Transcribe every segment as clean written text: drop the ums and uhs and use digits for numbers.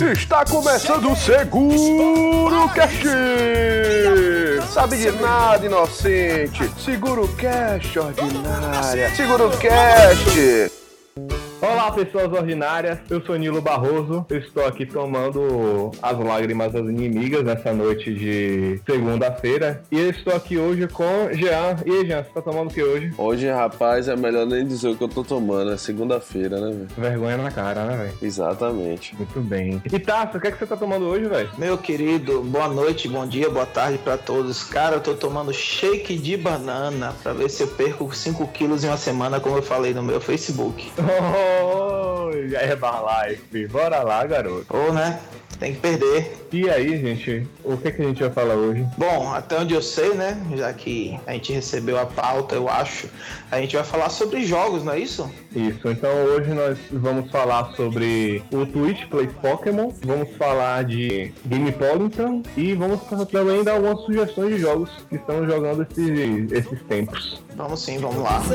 Está começando o Seguro Cast! Sabe de nada, inocente! Seguro Cast, ordinária! Seguro Cast! Olá, pessoas ordinárias, eu sou Nilo Barroso, eu estou aqui tomando as lágrimas das inimigas nessa noite de segunda-feira e eu estou aqui hoje com Jean. E aí, Jean, você tá tomando o que hoje? Hoje, rapaz, é melhor nem dizer o que eu tô tomando, é segunda-feira, né, velho? Vergonha na cara, né, velho? Exatamente. Muito bem. E Taça, o que é que você tá tomando hoje, velho? Meu querido, boa noite, bom dia, boa tarde pra todos. Cara, eu tô tomando shake de banana pra ver se eu perco 5 quilos em uma semana, como eu falei no meu Facebook. Já é Herbalife, bora lá, garoto. Ou, né? Tem que perder. E aí, gente, o que a gente vai falar hoje? Bom, até onde eu sei, né? Já que a gente recebeu a pauta, eu acho, a gente vai falar sobre jogos, não é isso? Isso, então hoje nós vamos falar sobre o Twitch Plays Pokémon, vamos falar de Game Polyton e vamos também dar algumas sugestões de jogos que estão jogando esses tempos. Vamos sim, vamos lá.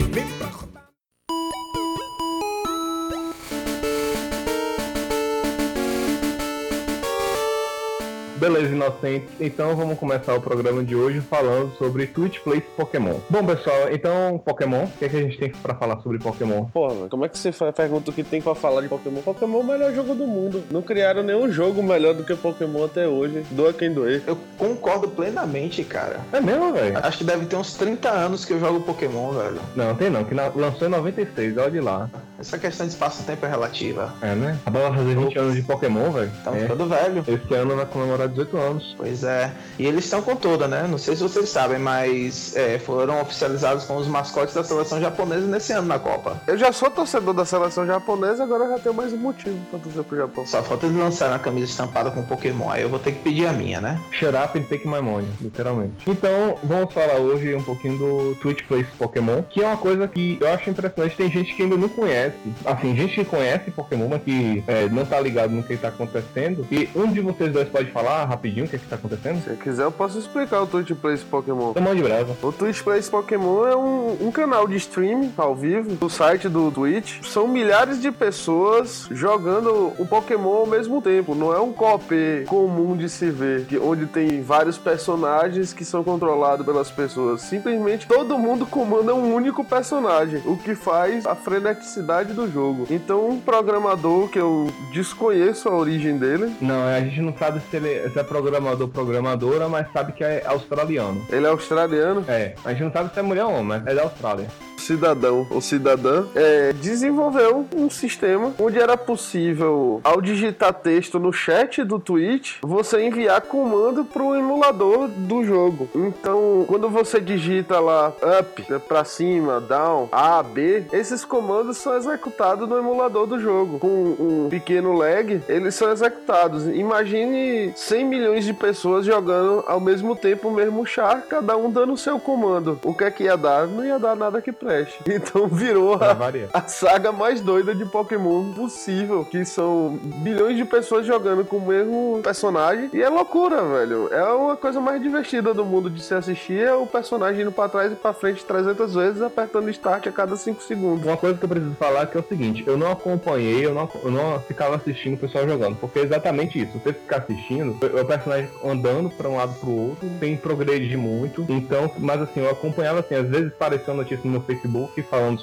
Beleza, inocente. Então vamos começar o programa de hoje falando sobre Twitch Plays Pokémon. Bom, pessoal, então Pokémon, o que é que a gente tem pra falar sobre Pokémon? Porra, como é que você pergunta o que tem pra falar de Pokémon? Pokémon é o melhor jogo do mundo. Não criaram nenhum jogo melhor do que Pokémon até hoje. Doa quem doer. Eu concordo plenamente, cara. É mesmo, velho? Acho que deve ter uns 30 anos que eu jogo Pokémon, velho. Não, tem não, que lançou em 96, olha de lá. Essa questão de espaço-tempo é relativa. É, né? Acabou de fazer 20 anos de Pokémon, velho. Estamos ficando velho. Esse ano vai comemorar 18 anos. Pois é. E eles estão com toda, né? Não sei se vocês sabem, mas foram oficializados como os mascotes da seleção japonesa nesse ano na Copa. Eu já sou torcedor da seleção japonesa, agora eu já tenho mais um motivo pra torcer pro Japão. Só falta eles lançarem a camisa estampada com Pokémon. Aí eu vou ter que pedir a minha, né? Shut up and take my money, literalmente. Então, vamos falar hoje um pouquinho do Twitch Plays Pokémon, que é uma coisa que eu acho impressionante. Tem gente que ainda não conhece. Assim, gente que conhece Pokémon, mas que não tá ligado no que tá acontecendo. E um de vocês dois pode falar rapidinho o que tá acontecendo? Se quiser, eu posso explicar o Twitch Plays Pokémon. Tomando de brasa. O Twitch Plays Pokémon é um canal de streaming ao vivo do site do Twitch. São milhares de pessoas jogando o Pokémon ao mesmo tempo. Não é um co-op comum de se ver, onde tem vários personagens que são controlados pelas pessoas. Simplesmente todo mundo comanda um único personagem, o que faz a freneticidade do jogo. Então, um programador que eu desconheço a origem dele. Não, a gente não sabe se é programador ou programadora, mas sabe que é australiano. Ele é australiano? É, a gente não sabe se é mulher ou homem, mas é da Austrália. Cidadão ou cidadã desenvolveu um sistema onde era possível, ao digitar texto no chat do Twitch, você enviar comando pro emulador do jogo. Então, quando você digita lá up, pra cima, down, A, B, esses comandos são executados no emulador do jogo. Com um pequeno lag, eles são executados. Imagine 100 milhões de pessoas jogando ao mesmo tempo o mesmo char, cada um dando o seu comando. O que é que ia dar? Não ia dar nada que preste. Então virou a saga mais doida de Pokémon possível, que são bilhões de pessoas jogando com o mesmo personagem, e é loucura, velho. É uma coisa mais divertida do mundo de se assistir, é o personagem indo pra trás e pra frente 300 vezes, apertando start a cada 5 segundos. Uma coisa que eu preciso falar que é o seguinte, eu não acompanhei, eu não ficava assistindo o pessoal jogando, porque é exatamente isso. Você ficar assistindo, o personagem andando pra um lado pro outro, sem progredir muito, então, mas assim, eu acompanhava assim, às vezes apareceu notícia no meu Facebook falando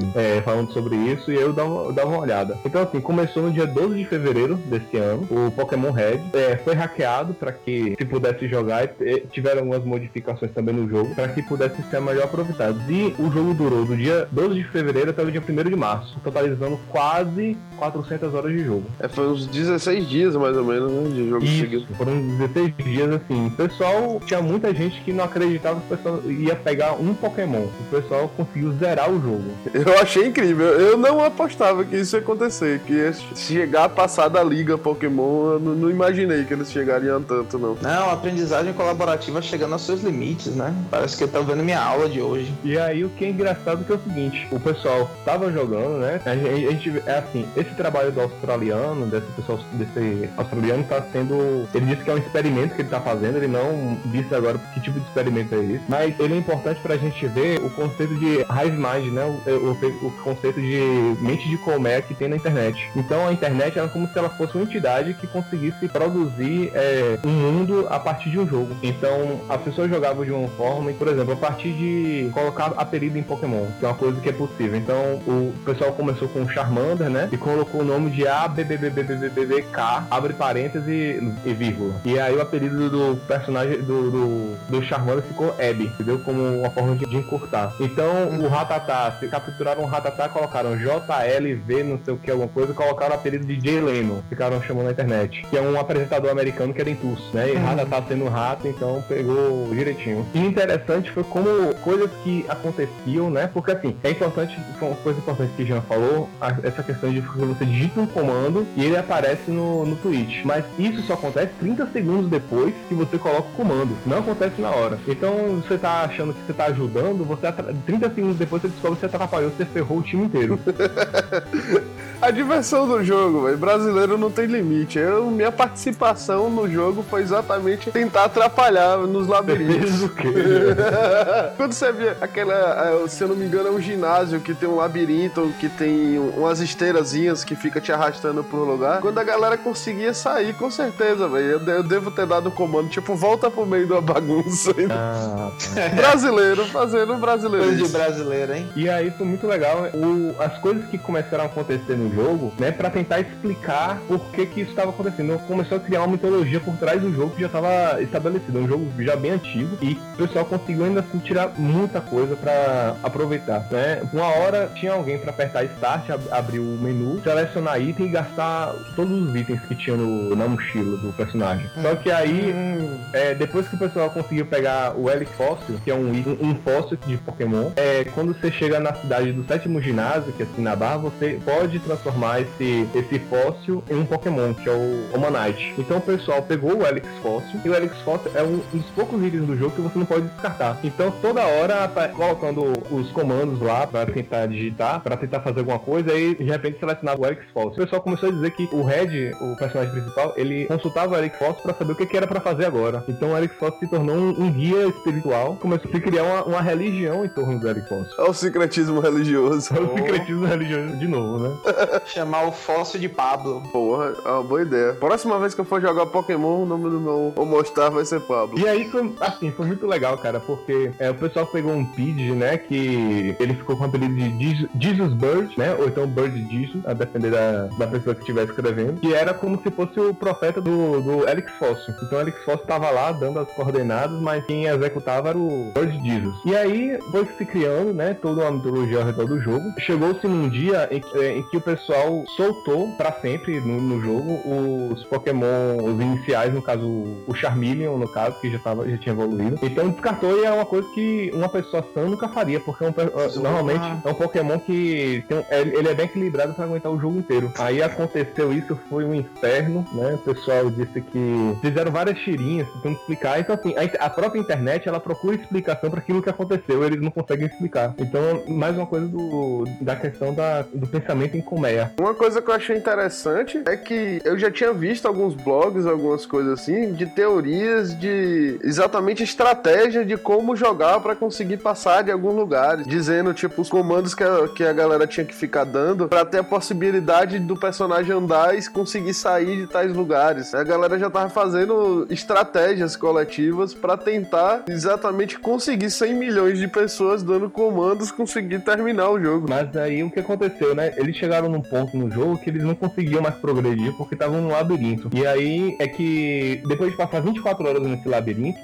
sobre isso, e eu dava uma olhada. Então assim, começou no dia 12 de fevereiro desse ano, o Pokémon Red foi hackeado para que se pudesse jogar, e tiveram algumas modificações também no jogo, para que pudesse ser melhor aproveitado. E o jogo durou do dia 12 de fevereiro até o dia 1º de março, totalizando quase 400 horas de jogo. Foi uns 16 dias mais ou menos, né, de jogo seguido. Foram 16 dias assim. O pessoal, tinha muita gente que não acreditava que o pessoal ia pegar um Pokémon. O pessoal conseguiu zerar o jogo. Eu achei incrível. Eu não apostava que isso ia acontecer, que ia chegar a passar da liga Pokémon. Eu não imaginei que eles chegariam tanto, não. Não, a aprendizagem colaborativa chegando aos seus limites, né? Parece que eu tô vendo minha aula de hoje. E aí o que é engraçado é o seguinte, o pessoal tava jogando, né? A gente é assim, esse trabalho do australiano, desse australiano tá sendo... Ele disse que é um experimento que ele tá fazendo, ele não disse agora que tipo de experimento é esse, mas ele é importante pra gente ver o conceito de hive mind, né? O conceito de mente de colmeia que tem na internet. Então a internet era como se ela fosse uma entidade que conseguisse produzir um mundo a partir de um jogo. Então as pessoas jogavam de uma forma, por exemplo, a partir de colocar apelido em Pokémon, que é uma coisa que é possível. Então o pessoal começou com o Charmander, né? E colocou o nome de ABBBBBBK, abre parênteses e vírgula. E aí o apelido do personagem do Charmander ficou Abby, entendeu? Como uma forma de encurtar. Então o Rattata, se capturaram o Rattata, colocaram JLV, não sei o que, alguma coisa, e colocaram o apelido de Jay Leno, ficaram chamando na internet, que é um apresentador americano que é dentuço, né? E Rattata sendo um rato, então pegou direitinho. E interessante foi como coisas que aconteciam, né? Porque assim, é importante, uma coisa importante que o Jean falou, essa questão de que você digita um comando e ele aparece no Twitch. Mas isso só acontece 30 segundos depois que você coloca o comando. Não acontece na hora. Então você tá achando que você tá ajudando, 30 segundos depois você descobre que você atrapalhou, você ferrou o time inteiro. A diversão do jogo, velho. Brasileiro não tem limite. Minha participação no jogo foi exatamente tentar atrapalhar nos labirintos. O quê? Quando você via aquela, se eu não me engano, é um ginásio que tem um labirinto, que tem umas esteirazinhas que fica te arrastando pro lugar. Quando a galera conseguia sair, com certeza, velho. Eu devo ter dado o comando, tipo, volta pro meio da bagunça. Brasileiro, fazendo brasileiro. Coisa de brasileiro, hein? E aí foi muito legal as coisas que começaram a acontecer no jogo, né, pra tentar explicar por que isso estava acontecendo. Começou a criar uma mitologia por trás do jogo que já estava estabelecido. É um jogo já bem antigo e o pessoal conseguiu ainda assim tirar muita coisa pra aproveitar, né? Uma hora tinha alguém pra apertar Start, abrir o menu, selecionar item e gastar todos os itens que tinha na mochila do personagem. Só que aí, depois que o pessoal conseguiu pegar o Relic Fóssil, que é um fóssil de Pokémon, quando você chega na cidade do 7º ginásio, que é assim na barra, você pode transformar esse fóssil em um Pokémon, que é o Omanite. Então o pessoal pegou o Helix Fóssil, e o Helix Fóssil é um dos poucos itens do jogo que você não pode descartar. Então toda hora tá colocando os comandos lá pra tentar digitar, pra tentar fazer alguma coisa, e de repente selecionava o Helix Fóssil. O pessoal começou a dizer que o Red, o personagem principal, ele consultava o Helix Fóssil pra saber o que era pra fazer agora. Então o Helix Fóssil se tornou um guia espiritual, começou a se criar uma religião em torno do Helix Fóssil. É o secretismo religioso. É o secretismo religioso de novo, né? Chamar o fóssil de Pablo. Porra, é uma boa ideia. Próxima vez que eu for jogar Pokémon, o nome do meu Homostar vai ser Pablo. E aí, foi muito legal, cara, porque o pessoal pegou um Pidgey, né, que ele ficou com o apelido de Jesus Bird, né, ou então Bird Jesus, a depender da pessoa que estiver escrevendo, que era como se fosse o profeta do Helix Fóssil. Então o Helix Fóssil tava lá dando as coordenadas, mas quem executava era o Bird Jesus. E aí, foi se criando, né, toda uma mitologia ao redor do jogo. Chegou-se num dia em que o pessoal soltou pra sempre no jogo os Pokémon, os iniciais, no caso o Charmeleon, no caso, que já tinha evoluído. Então descartou, e é uma coisa que uma pessoa sã nunca faria, porque normalmente é um Pokémon que ele é bem equilibrado pra aguentar o jogo inteiro. Aí aconteceu isso, foi um inferno, né? O pessoal disse que fizeram várias tirinhas tentando explicar. Então assim, a própria internet, ela procura explicação para aquilo que aconteceu, eles não conseguem explicar. Então, mais uma coisa da questão do pensamento em colmeia. Uma coisa que eu achei interessante é que eu já tinha visto alguns blogs, algumas coisas assim, de teorias de exatamente estratégia de como jogar pra conseguir passar de alguns lugares, dizendo tipo os comandos que a galera tinha que ficar dando pra ter a possibilidade do personagem andar e conseguir sair de tais lugares. A galera já tava fazendo estratégias coletivas pra tentar exatamente conseguir 100 milhões de pessoas dando comandos, conseguir terminar o jogo. Mas aí o que aconteceu, né? Eles chegaram num ponto no jogo que eles não conseguiam mais progredir porque estavam no labirinto. E aí é que depois de passar 24 horas nesse labirinto,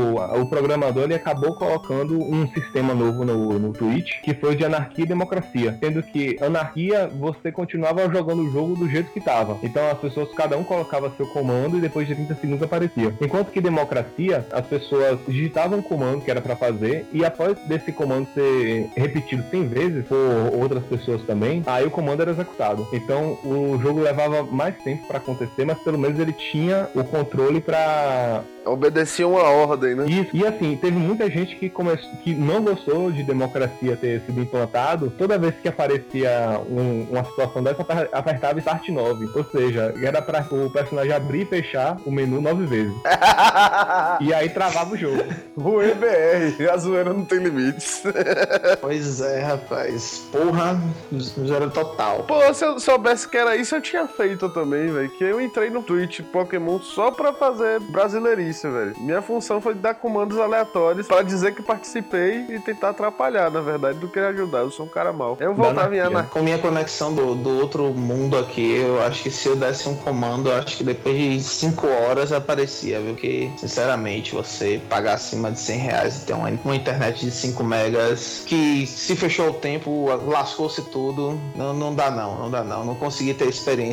o programador ele acabou colocando um sistema novo no Twitch, que foi de anarquia e democracia. Sendo que anarquia, você continuava jogando o jogo do jeito que estava. Então as pessoas, cada um colocava seu comando e depois de 30 segundos aparecia. Enquanto que democracia, as pessoas digitavam um comando que era pra fazer, e após desse comando ser repetido 100 vezes por outras pessoas também, aí o comando era executado. Então o jogo levava mais tempo pra acontecer, mas pelo menos ele tinha o controle pra... Obedecia uma ordem, né? Isso. E assim, teve muita gente que não gostou de democracia ter sido implantado. Toda vez que aparecia uma situação dessa, apertava Start 9. Ou seja, era pra o personagem abrir e fechar o menu 9 vezes. E aí travava o jogo. O EBR, a zoeira não tem limites. Pois é, rapaz. Porra, zero total. Pô, se eu soubesse que era isso, eu tinha feito também, velho. Que eu entrei no Twitch Pokémon só pra fazer brasileirice, velho. Minha função foi dar comandos aleatórios pra dizer que participei e tentar atrapalhar, na verdade, do que ajudar. Eu sou um cara mau. Eu voltava em anarquia. Com minha conexão do outro mundo aqui, eu acho que se eu desse um comando, eu acho que depois de 5 horas aparecia, viu? Que, sinceramente, você pagar acima de R$100 e ter uma internet de 5 megas que se fechou o tempo, lascou-se tudo. Não dá não. Não consegui ter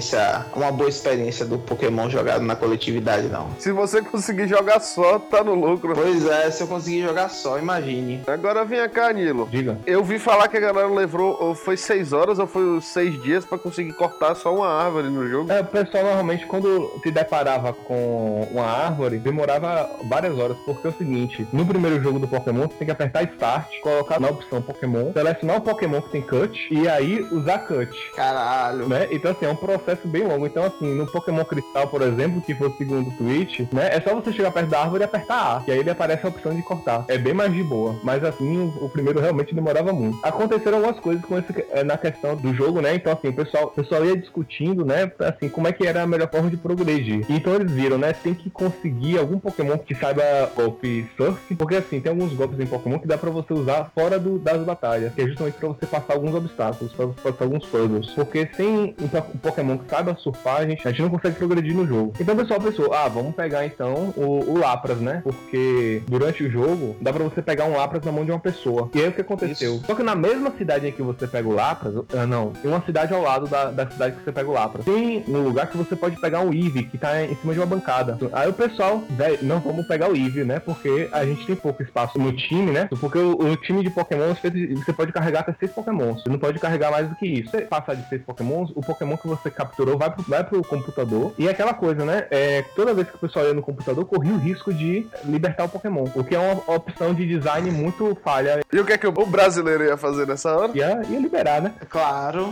uma boa experiência do Pokémon jogado na coletividade, não. Se você conseguir jogar só, tá no lucro. Pois é, se eu conseguir jogar só, imagine. Agora vem cá, Nilo. Diga. Eu vi falar que a galera levou, ou foi 6 horas ou foi 6 dias pra conseguir cortar só uma árvore no jogo. O pessoal normalmente quando se deparava com uma árvore, demorava várias horas, porque é o seguinte, no primeiro jogo do Pokémon, você tem que apertar Start, colocar na opção Pokémon, selecionar o Pokémon que tem Cut, e aí usar Cut. Caralho. Né? Então assim, é um processo bem longo. Então assim, no Pokémon Cristal, por exemplo, que foi o segundo Twitch, né, é só você chegar perto da árvore e apertar A, e aí ele aparece a opção de cortar. É bem mais de boa, mas assim, o primeiro realmente demorava muito. Aconteceram algumas coisas com na questão do jogo, né, então assim, o pessoal ia discutindo, né, assim, como é que era a melhor forma de progredir. Então eles viram, né, tem que conseguir algum Pokémon que saiba golpe Surf, porque assim, tem alguns golpes em Pokémon que dá pra você usar fora das batalhas, que é justamente pra você passar alguns obstáculos, pra você passar alguns puzzles, porque sem um Pokémon que saiba surfar, a gente não consegue progredir no jogo. Então o pessoal pensou, vamos pegar então o Lapras, né, porque durante o jogo dá pra você pegar um Lapras na mão de uma pessoa. E aí o que aconteceu? Isso. Só que na mesma cidade em que você pega o Lapras, tem uma cidade ao lado da cidade que você pega o Lapras, tem um lugar que você pode pegar um Eevee que tá em cima de uma bancada. Aí o pessoal, velho, não vamos pegar o Eevee, né, porque a gente tem pouco espaço no time, né, porque o time de Pokémon você pode carregar até 6 Pokémons, você não pode carregar mais do que isso. Se você passar de 6 Pokémons, o Pokémon que você capturou vai pro computador, e é aquela coisa, né, toda vez que o pessoal ia no computador, corria o risco de libertar o Pokémon, o que é uma opção de design muito falha. E o que é que o brasileiro ia fazer nessa hora? Ia liberar, né? Claro.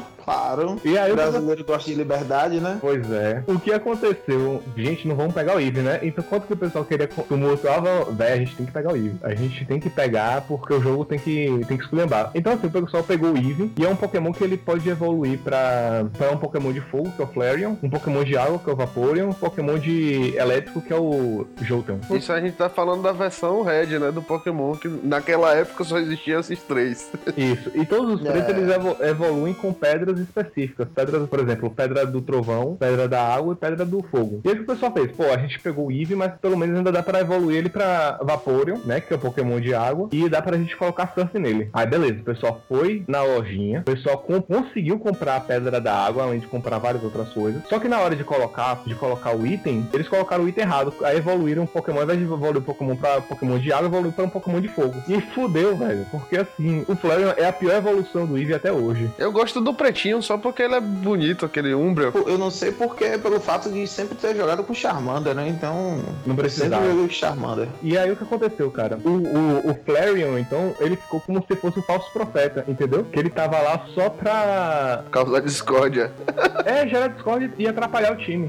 E aí o brasileiro gosta de liberdade, né? Pois é. O que aconteceu? Gente, não vamos pegar o Eevee, né? Então, quanto que o pessoal queria tumultuava, velho, a gente tem que pegar o Eevee. A gente tem que pegar porque o jogo tem que esculhambar. Então, assim, o pessoal pegou o Eevee e é um Pokémon que ele pode evoluir pra um Pokémon de fogo, que é o Flareon, um Pokémon de água, que é o Vaporeon, um Pokémon de elétrico, que é o Jolteon. Isso a gente tá falando da versão Red, né, do Pokémon, que naquela época só existiam esses 3. Isso. E todos os 3 eles evoluem com pedras específicas. Pedras, por exemplo, pedra do trovão, pedra da água e pedra do fogo. E aí o que o pessoal fez? Pô, a gente pegou o Eevee, mas pelo menos ainda dá pra evoluir ele pra Vaporeon, né, que é o Pokémon de água, e dá pra gente colocar Surf nele. Aí beleza, o pessoal foi na lojinha, o pessoal conseguiu comprar a pedra da água, além de comprar várias outras coisas. Só que na hora de colocar o item, eles colocaram o item errado. Aí evoluíram um Pokémon, ao invés de evoluir o Pokémon pra Pokémon de água, evoluiu pra um Pokémon de fogo. E fudeu, velho, porque assim, o Flareon é a pior evolução do Eevee até hoje. Eu gosto do pretinho só porque ele é bonito, aquele Umbreon. Eu não sei porque, pelo fato de sempre ter jogado com Charmander, né? Então, não precisava. Sempre joguei com Charmander. E aí o que aconteceu, cara? O Flareon, então, ele ficou como se fosse um falso profeta, entendeu? Que ele tava lá só pra causar discórdia. Gerar discórdia e atrapalhar o time.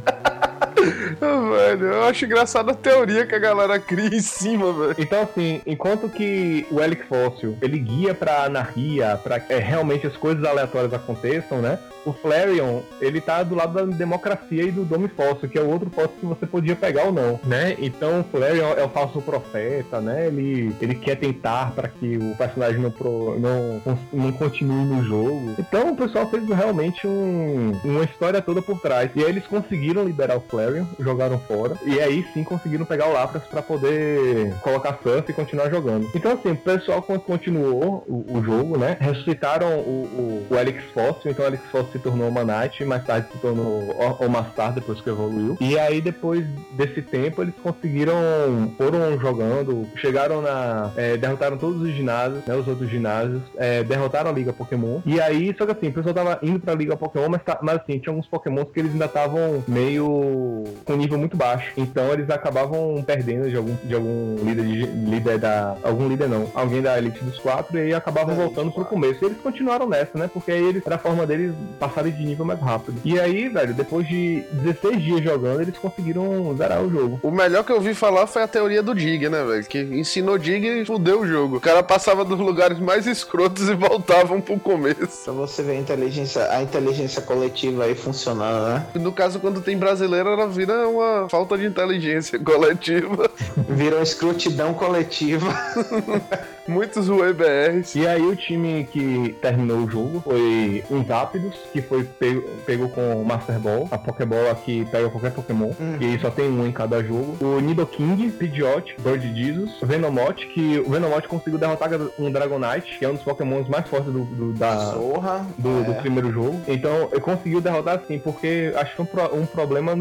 Velho, eu acho engraçada a teoria que a galera cria em cima, velho. Então, assim, enquanto que o Helic Fóssil, ele guia pra anarquia, pra que realmente as coisas aleatórias aconteçam, né? O Flareon, ele tá do lado da democracia e do Dome Fóssil, que é o outro fóssil que você podia pegar ou não, né? Então, o Flareon é o falso profeta, né? Ele quer tentar pra que o personagem não continue no jogo. Então, o pessoal fez realmente uma história toda por trás. E aí eles conseguiram liberar o Flareon, jogaram fora, e aí sim conseguiram pegar o Lapras pra poder colocar Surf e continuar jogando. Então assim, o pessoal continuou o jogo, né? Ressuscitaram o Helic Fóssil, então o Helic Fóssil se tornou Manite, mais tarde se tornou o Mastar, depois que evoluiu. E aí depois desse tempo eles foram jogando, chegaram derrotaram todos os ginásios, né? Os outros ginásios, derrotaram a Liga Pokémon. E aí, só que assim, o pessoal tava indo pra Liga Pokémon, mas assim, tinha alguns Pokémons que eles ainda estavam meio com nível muito baixo. Então eles acabavam perdendo de algum alguém da elite dos 4, e aí acabavam voltando pro começo. E eles continuaram nessa, né? Porque aí era a forma deles passarem de nível mais rápido. E aí, velho, depois de 16 dias jogando, eles conseguiram zerar o jogo. O melhor que eu ouvi falar foi a teoria do Dig, né, velho? Que ensinou Dig e fudeu o jogo. O cara passava dos lugares mais escrotos e voltavam pro começo. Então você vê a inteligência coletiva aí funcionando, né? No caso, quando tem brasileiro, ela vira uma falta de inteligência coletiva. Vira uma escrotidão coletiva. Muitos UEBRs. E aí o time que terminou o jogo foi um Zapdos, que foi pego com o Master Ball, a Pokéball que pega qualquer Pokémon, e só tem um em cada jogo. O Nidoking, Pidgeot, Bird Jesus, Venomoth, que o Venomoth conseguiu derrotar um Dragonite, que é um dos Pokémons mais fortes do primeiro jogo. Então, ele conseguiu derrotar sim, porque acho que um problema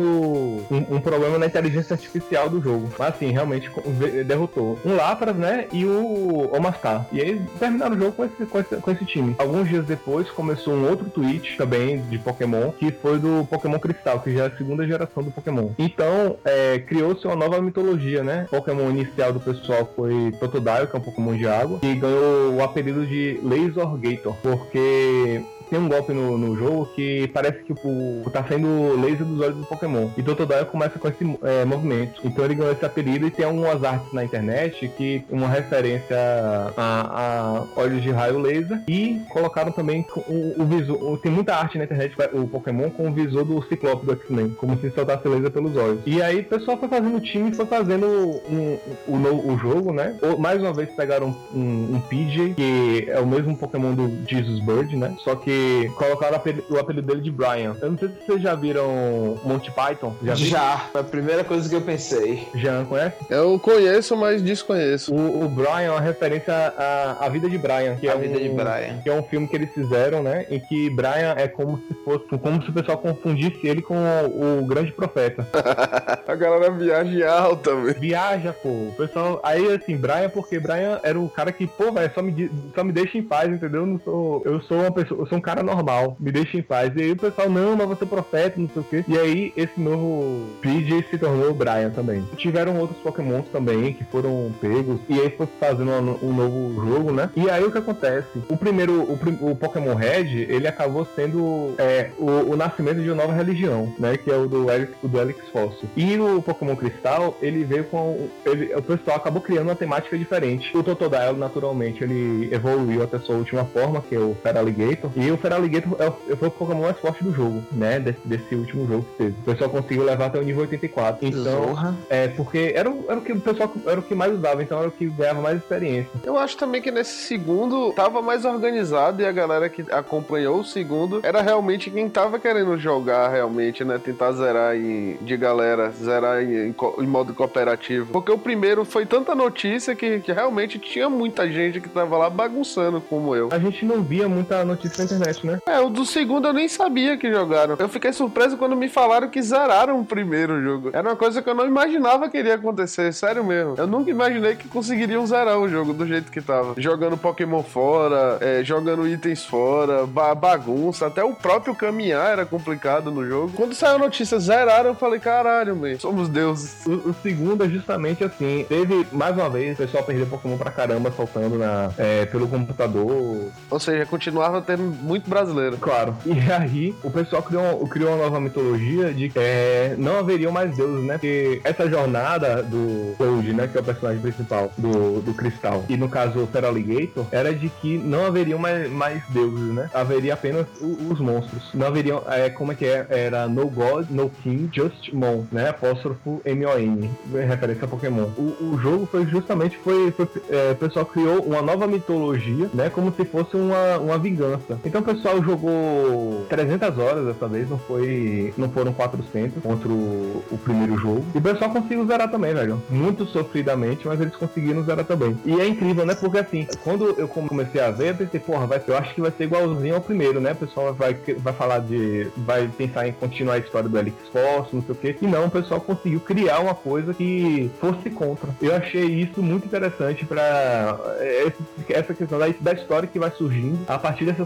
na inteligência artificial do jogo. Mas assim, realmente derrotou um Lapras, né, e o Omastar. E aí terminaram o jogo com esse time. Alguns dias depois começou um outro tweet também de Pokémon, que foi do Pokémon Cristal, que já é a segunda geração do Pokémon. Então, criou-se uma nova mitologia, né? O Pokémon inicial do pessoal foi Totodile, que é um Pokémon de água, e ganhou o apelido de Lasergator, porque tem um golpe no jogo que parece que tá saindo o laser dos olhos do Pokémon. E Totodile começa com esse movimento. Então ele ganhou esse apelido, e tem algumas artes na internet que uma referência a olhos de raio laser. E colocaram também o visor. Tem muita arte na internet, o Pokémon com o visor do Ciclope do X-Men, como se soltasse laser pelos olhos. E aí o pessoal foi fazendo o time, foi fazendo o jogo, né? Mais uma vez pegaram um PJ, que é o mesmo Pokémon do Jesus Bird, né? Só que colocaram o apelido dele de Brian. Eu não sei se vocês já viram Monty Python. Já, foi a primeira coisa que eu pensei. Já conhece? Eu conheço, mas desconheço. O Brian é uma referência à vida de Brian, que é um filme que eles fizeram, né? Em que Brian é como se o pessoal confundisse ele com o grande profeta. A galera viaja alta, velho. Viaja, pô. O pessoal. Aí assim, porque Brian era o cara que, pô, velho, só me deixa em paz, entendeu? Eu sou uma pessoa, eu sou um cara normal, me deixa em paz. E aí o pessoal, não, mas você é profeta, não sei o quê. E aí esse novo PJ se tornou o Brian também. Tiveram outros Pokémons também que foram pegos, e aí foi fazendo um novo jogo, né? E aí o que acontece? O Pokémon Red, ele acabou sendo o nascimento de uma nova religião, né? Que é o do Helix Fóssil. E o Pokémon Cristal, ele veio com... o pessoal acabou criando uma temática diferente. O Totodile, naturalmente, ele evoluiu até sua última forma, que é o Feraligatr. E o Feraligatr foi o Pokémon mais forte do jogo, né? Desse último jogo que teve. O pessoal conseguiu levar até o nível 84. Então, porque era o que o pessoal era o que mais usava, então era o que ganhava mais experiência. Eu acho também que nesse segundo tava mais organizado, e a galera que acompanhou o segundo era realmente quem tava querendo jogar realmente, né? Tentar zerar em modo cooperativo. Porque o primeiro foi tanta notícia que realmente tinha muita gente que tava lá bagunçando como eu. A gente não via muita notícia na internet, né? O do segundo eu nem sabia que jogaram. Eu fiquei surpreso quando me falaram que zeraram o primeiro jogo. Era uma coisa que eu não imaginava que iria acontecer, sério mesmo. Eu nunca imaginei que conseguiriam zerar o jogo do jeito que tava. Jogando Pokémon fora, jogando itens fora, bagunça, até o próprio caminhar era complicado no jogo. Quando saiu a notícia zeraram, eu falei, caralho, man, somos deuses. O segundo é justamente assim. Teve, mais uma vez, o pessoal perdeu Pokémon pra caramba, soltando pelo computador. Ou seja, continuava tendo muito brasileiro. Claro. E aí, o pessoal criou uma nova mitologia de que não haveriam mais deuses, né? Porque essa jornada do Cloud, né? Que é o personagem principal do Cristal, e no caso o Feraligatr, era de que não haveriam mais deuses, né? Haveria apenas os monstros. Não haveriam, como é que é? Era No God, No King, Just Mon, né? Apóstrofo M-O-N, referência a Pokémon. O jogo foi justamente, o pessoal criou uma nova mitologia, né? Como se fosse uma vingança. Então o pessoal jogou 300 horas dessa vez, não foram 400 contra o primeiro jogo. E o pessoal conseguiu zerar também, velho. Muito sofridamente, mas eles conseguiram zerar também. E é incrível, né? Porque assim, quando eu comecei a ver, eu pensei, porra, eu acho que vai ser igualzinho ao primeiro, né? O pessoal vai pensar em continuar a história do Helix Force, não sei o quê. E não, o pessoal conseguiu criar uma coisa que fosse contra. Eu achei isso muito interessante pra essa questão da história que vai surgindo a partir dessas coisas aleatórias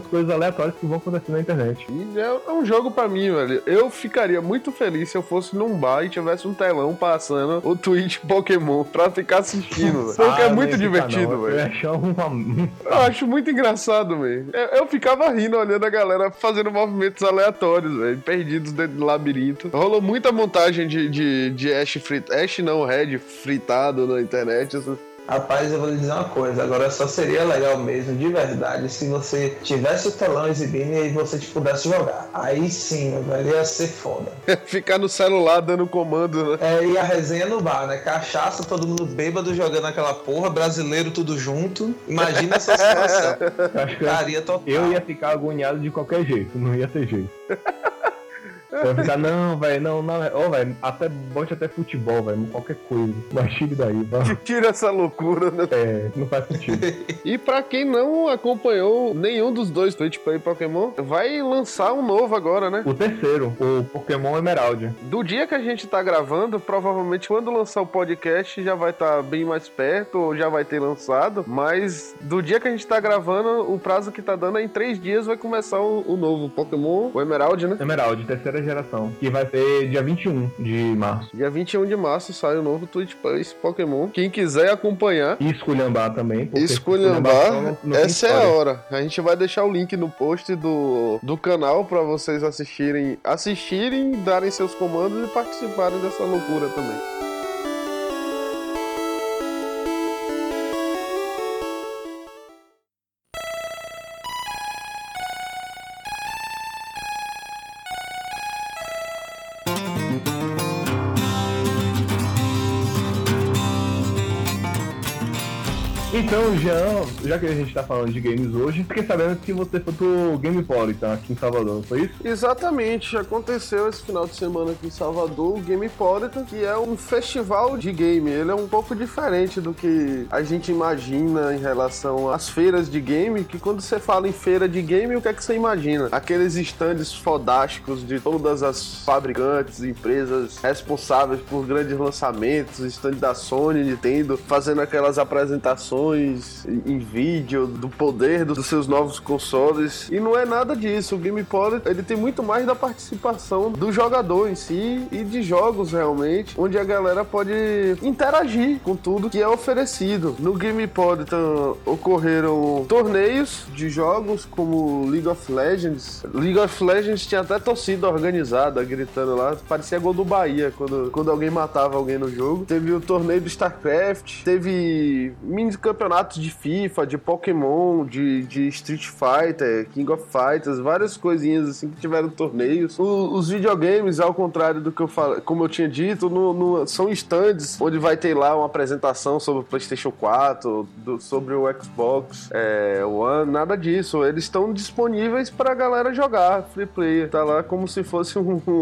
aleatórios que vão acontecer na internet. E é um jogo pra mim, velho. Eu ficaria muito feliz se eu fosse num bar e tivesse um telão passando o Twitch Pokémon pra ficar assistindo, velho. Porque é muito divertido, velho. Eu acho muito engraçado, velho. Eu ficava rindo olhando a galera fazendo movimentos aleatórios, velho, perdidos dentro do labirinto. Rolou muita montagem de Ash não, Red fritado na internet, Rapaz, eu vou lhe dizer uma coisa, agora só seria legal mesmo, de verdade, se você tivesse o telão exibindo e você pudesse jogar. Aí sim, velho, ia ser foda. Ficar no celular dando comando, né? E a resenha no bar, né? Cachaça, todo mundo bêbado jogando aquela porra, brasileiro tudo junto. Imagina essa situação. Eu ia ficar agoniado de qualquer jeito, não ia ter jeito. Eu ia ficar, não, velho, não, velho, bote até futebol, velho, qualquer coisa. Mas tire daí, vai. Tira essa loucura, né? Não faz sentido. E pra quem não acompanhou nenhum dos dois Twitch Play Pokémon, vai lançar um novo agora, né? O terceiro, o Pokémon Emerald. Do dia que a gente tá gravando, provavelmente quando lançar o podcast já vai estar bem mais perto, ou já vai ter lançado, mas do dia que a gente tá gravando, o prazo que tá dando é em 3 dias vai começar o novo Pokémon, o Emerald, né? Emerald, terceira geração, que vai ser dia 21 de março. Dia 21 de março sai o novo Twitch Plus Pokémon. Quem quiser acompanhar. E esculhambar também. Esculhambar, essa é a hora. A gente vai deixar o link no post do canal pra vocês assistirem, darem seus comandos e participarem dessa loucura também. Então, Jean, já que a gente tá falando de games hoje, fiquei sabendo que você foi pro Gamepolitan aqui em Salvador, não foi isso? Exatamente, aconteceu esse final de semana aqui em Salvador, o Gamepolitan, que é um festival de game. Ele é um pouco diferente do que a gente imagina em relação às feiras de game, que quando você fala em feira de game, o que é que você imagina? Aqueles estandes fodásticos de todas as fabricantes, empresas responsáveis por grandes lançamentos, stand da Sony, Nintendo, fazendo aquelas apresentações em vídeo do poder dos seus novos consoles, e não é nada disso. O Gamepolitan, ele tem muito mais da participação do jogador em si e de jogos realmente, onde a galera pode interagir com tudo que é oferecido. No Gamepolitan ocorreram torneios de jogos como League of Legends. League of Legends tinha até torcida organizada gritando lá, parecia gol do Bahia quando alguém matava alguém no jogo. Teve o torneio do StarCraft, teve mini campeonatos de FIFA, de Pokémon, de Street Fighter, King of Fighters, várias coisinhas assim que tiveram torneios. Os videogames, ao contrário do que eu falei, como eu tinha dito, são stands onde vai ter lá uma apresentação sobre o PlayStation 4, sobre o Xbox One, nada disso. Eles estão disponíveis pra galera jogar, free player. Tá lá como se fosse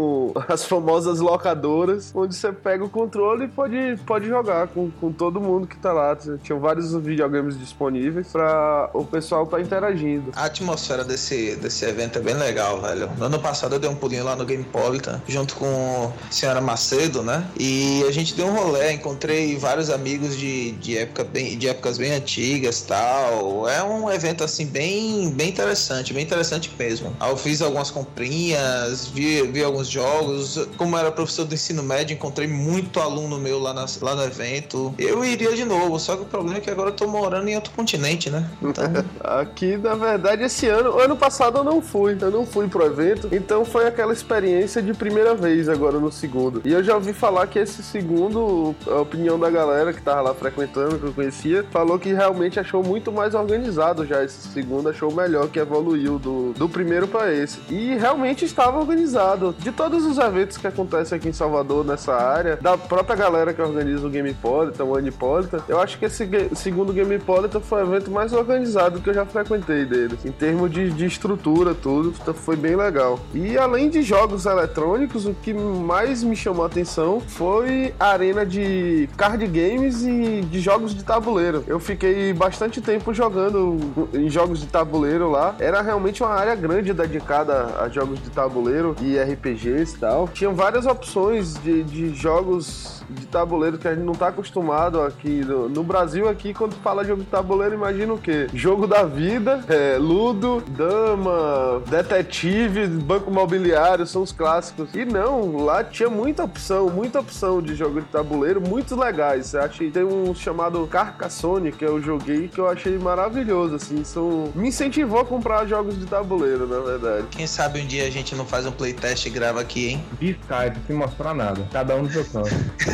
as famosas locadoras, onde você pega o controle e pode jogar com todo mundo que tá lá. Tinham vários videogames disponíveis pra o pessoal tá interagindo. A atmosfera desse evento é bem legal, velho. No ano passado eu dei um pulinho lá no Gamepolitan, junto com a senhora Macedo, né? E a gente deu um rolê, encontrei vários amigos de épocas bem antigas e tal. É um evento, assim, bem interessante mesmo. Aí eu fiz algumas comprinhas, vi alguns jogos. Como era professor do ensino médio, encontrei muito aluno meu lá no evento. Eu iria de novo, só que o problema é que agora eu tô morando em outro continente, né? Então... Aqui, na verdade, ano passado eu não fui pro evento, então foi aquela experiência de primeira vez agora no segundo. E eu já ouvi falar que esse segundo, a opinião da galera que tava lá frequentando, que eu conhecia, falou que realmente achou muito mais organizado já esse segundo, achou melhor, que evoluiu do primeiro pra esse. E realmente estava organizado. De todos os eventos que acontecem aqui em Salvador, nessa área, da própria galera que organiza o Gamepolitan, o Anipolitan, eu acho que esse segundo Gamepolitan foi o evento mais organizado que eu já frequentei dele. Em termos de estrutura, tudo, foi bem legal. E além de jogos eletrônicos, o que mais me chamou a atenção foi a arena de card games e de jogos de tabuleiro. Eu fiquei bastante tempo jogando em jogos de tabuleiro lá. Era realmente uma área grande dedicada a jogos de tabuleiro e RPGs e tal. Tinham várias opções de jogos de tabuleiro que a gente não tá acostumado aqui no Brasil. Aqui, quando fala jogo de tabuleiro, imagina o quê? Jogo da vida, ludo, dama, detetive, banco imobiliário, são os clássicos. E não, lá tinha muita opção de jogo de tabuleiro, muito legais. Eu acho que tem um chamado Carcassonne, que eu joguei, que eu achei maravilhoso, assim. Me incentivou a comprar jogos de tabuleiro, na verdade. Quem sabe um dia a gente não faz um playtest e grava aqui, hein? De Skype, sem mostrar nada. Cada um no seu canto.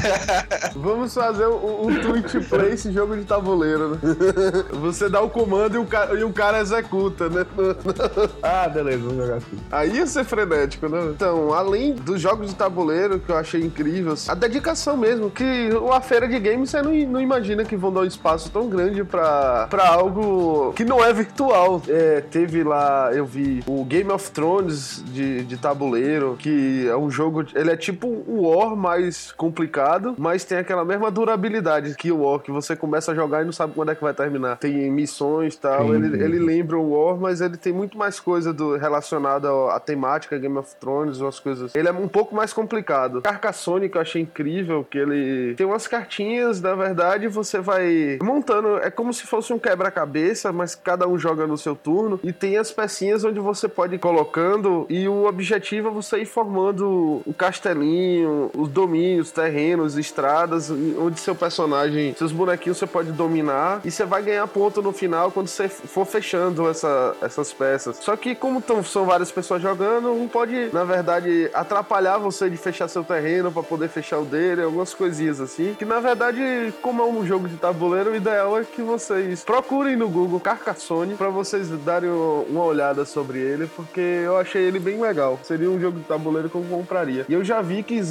Vamos fazer um Twitch Play, esse jogo de tabuleiro, né? Você dá o comando e o cara executa, né? Ah, beleza, vamos jogar assim. Aí ia ser frenético, né? Então, além dos jogos de tabuleiro, que eu achei incrível, a dedicação mesmo, que uma feira de games você não imagina que vão dar um espaço tão grande pra algo que não é virtual. Teve lá, eu vi o Game of Thrones de tabuleiro, que é um jogo, ele é tipo o War mais complicado, mas tem aquela mesma durabilidade que o War, que você começa a jogar e não sabe quando é que vai terminar. Tem missões e tal, Sim. Ele lembra o War, mas ele tem muito mais coisa relacionada à temática Game of Thrones, umas coisas. Ele é um pouco mais complicado. Carcassonne, que eu achei incrível, que ele tem umas cartinhas, na verdade, você vai montando, é como se fosse um quebra-cabeça, mas cada um joga no seu turno, e tem as pecinhas onde você pode ir colocando, e o objetivo é você ir formando o castelinho, os domínios, terrenos, estradas, onde seu personagem, seus bonequinhos você pode dominar, e você vai ganhar ponto no final quando você for fechando essas peças. Só que como são várias pessoas jogando, um pode, na verdade, atrapalhar você de fechar seu terreno pra poder fechar o dele, algumas coisinhas assim, que na verdade, como é um jogo de tabuleiro, o ideal é que vocês procurem no Google Carcassonne pra vocês darem uma olhada sobre ele, porque eu achei ele bem legal. Seria um jogo de tabuleiro que eu compraria. E eu já vi que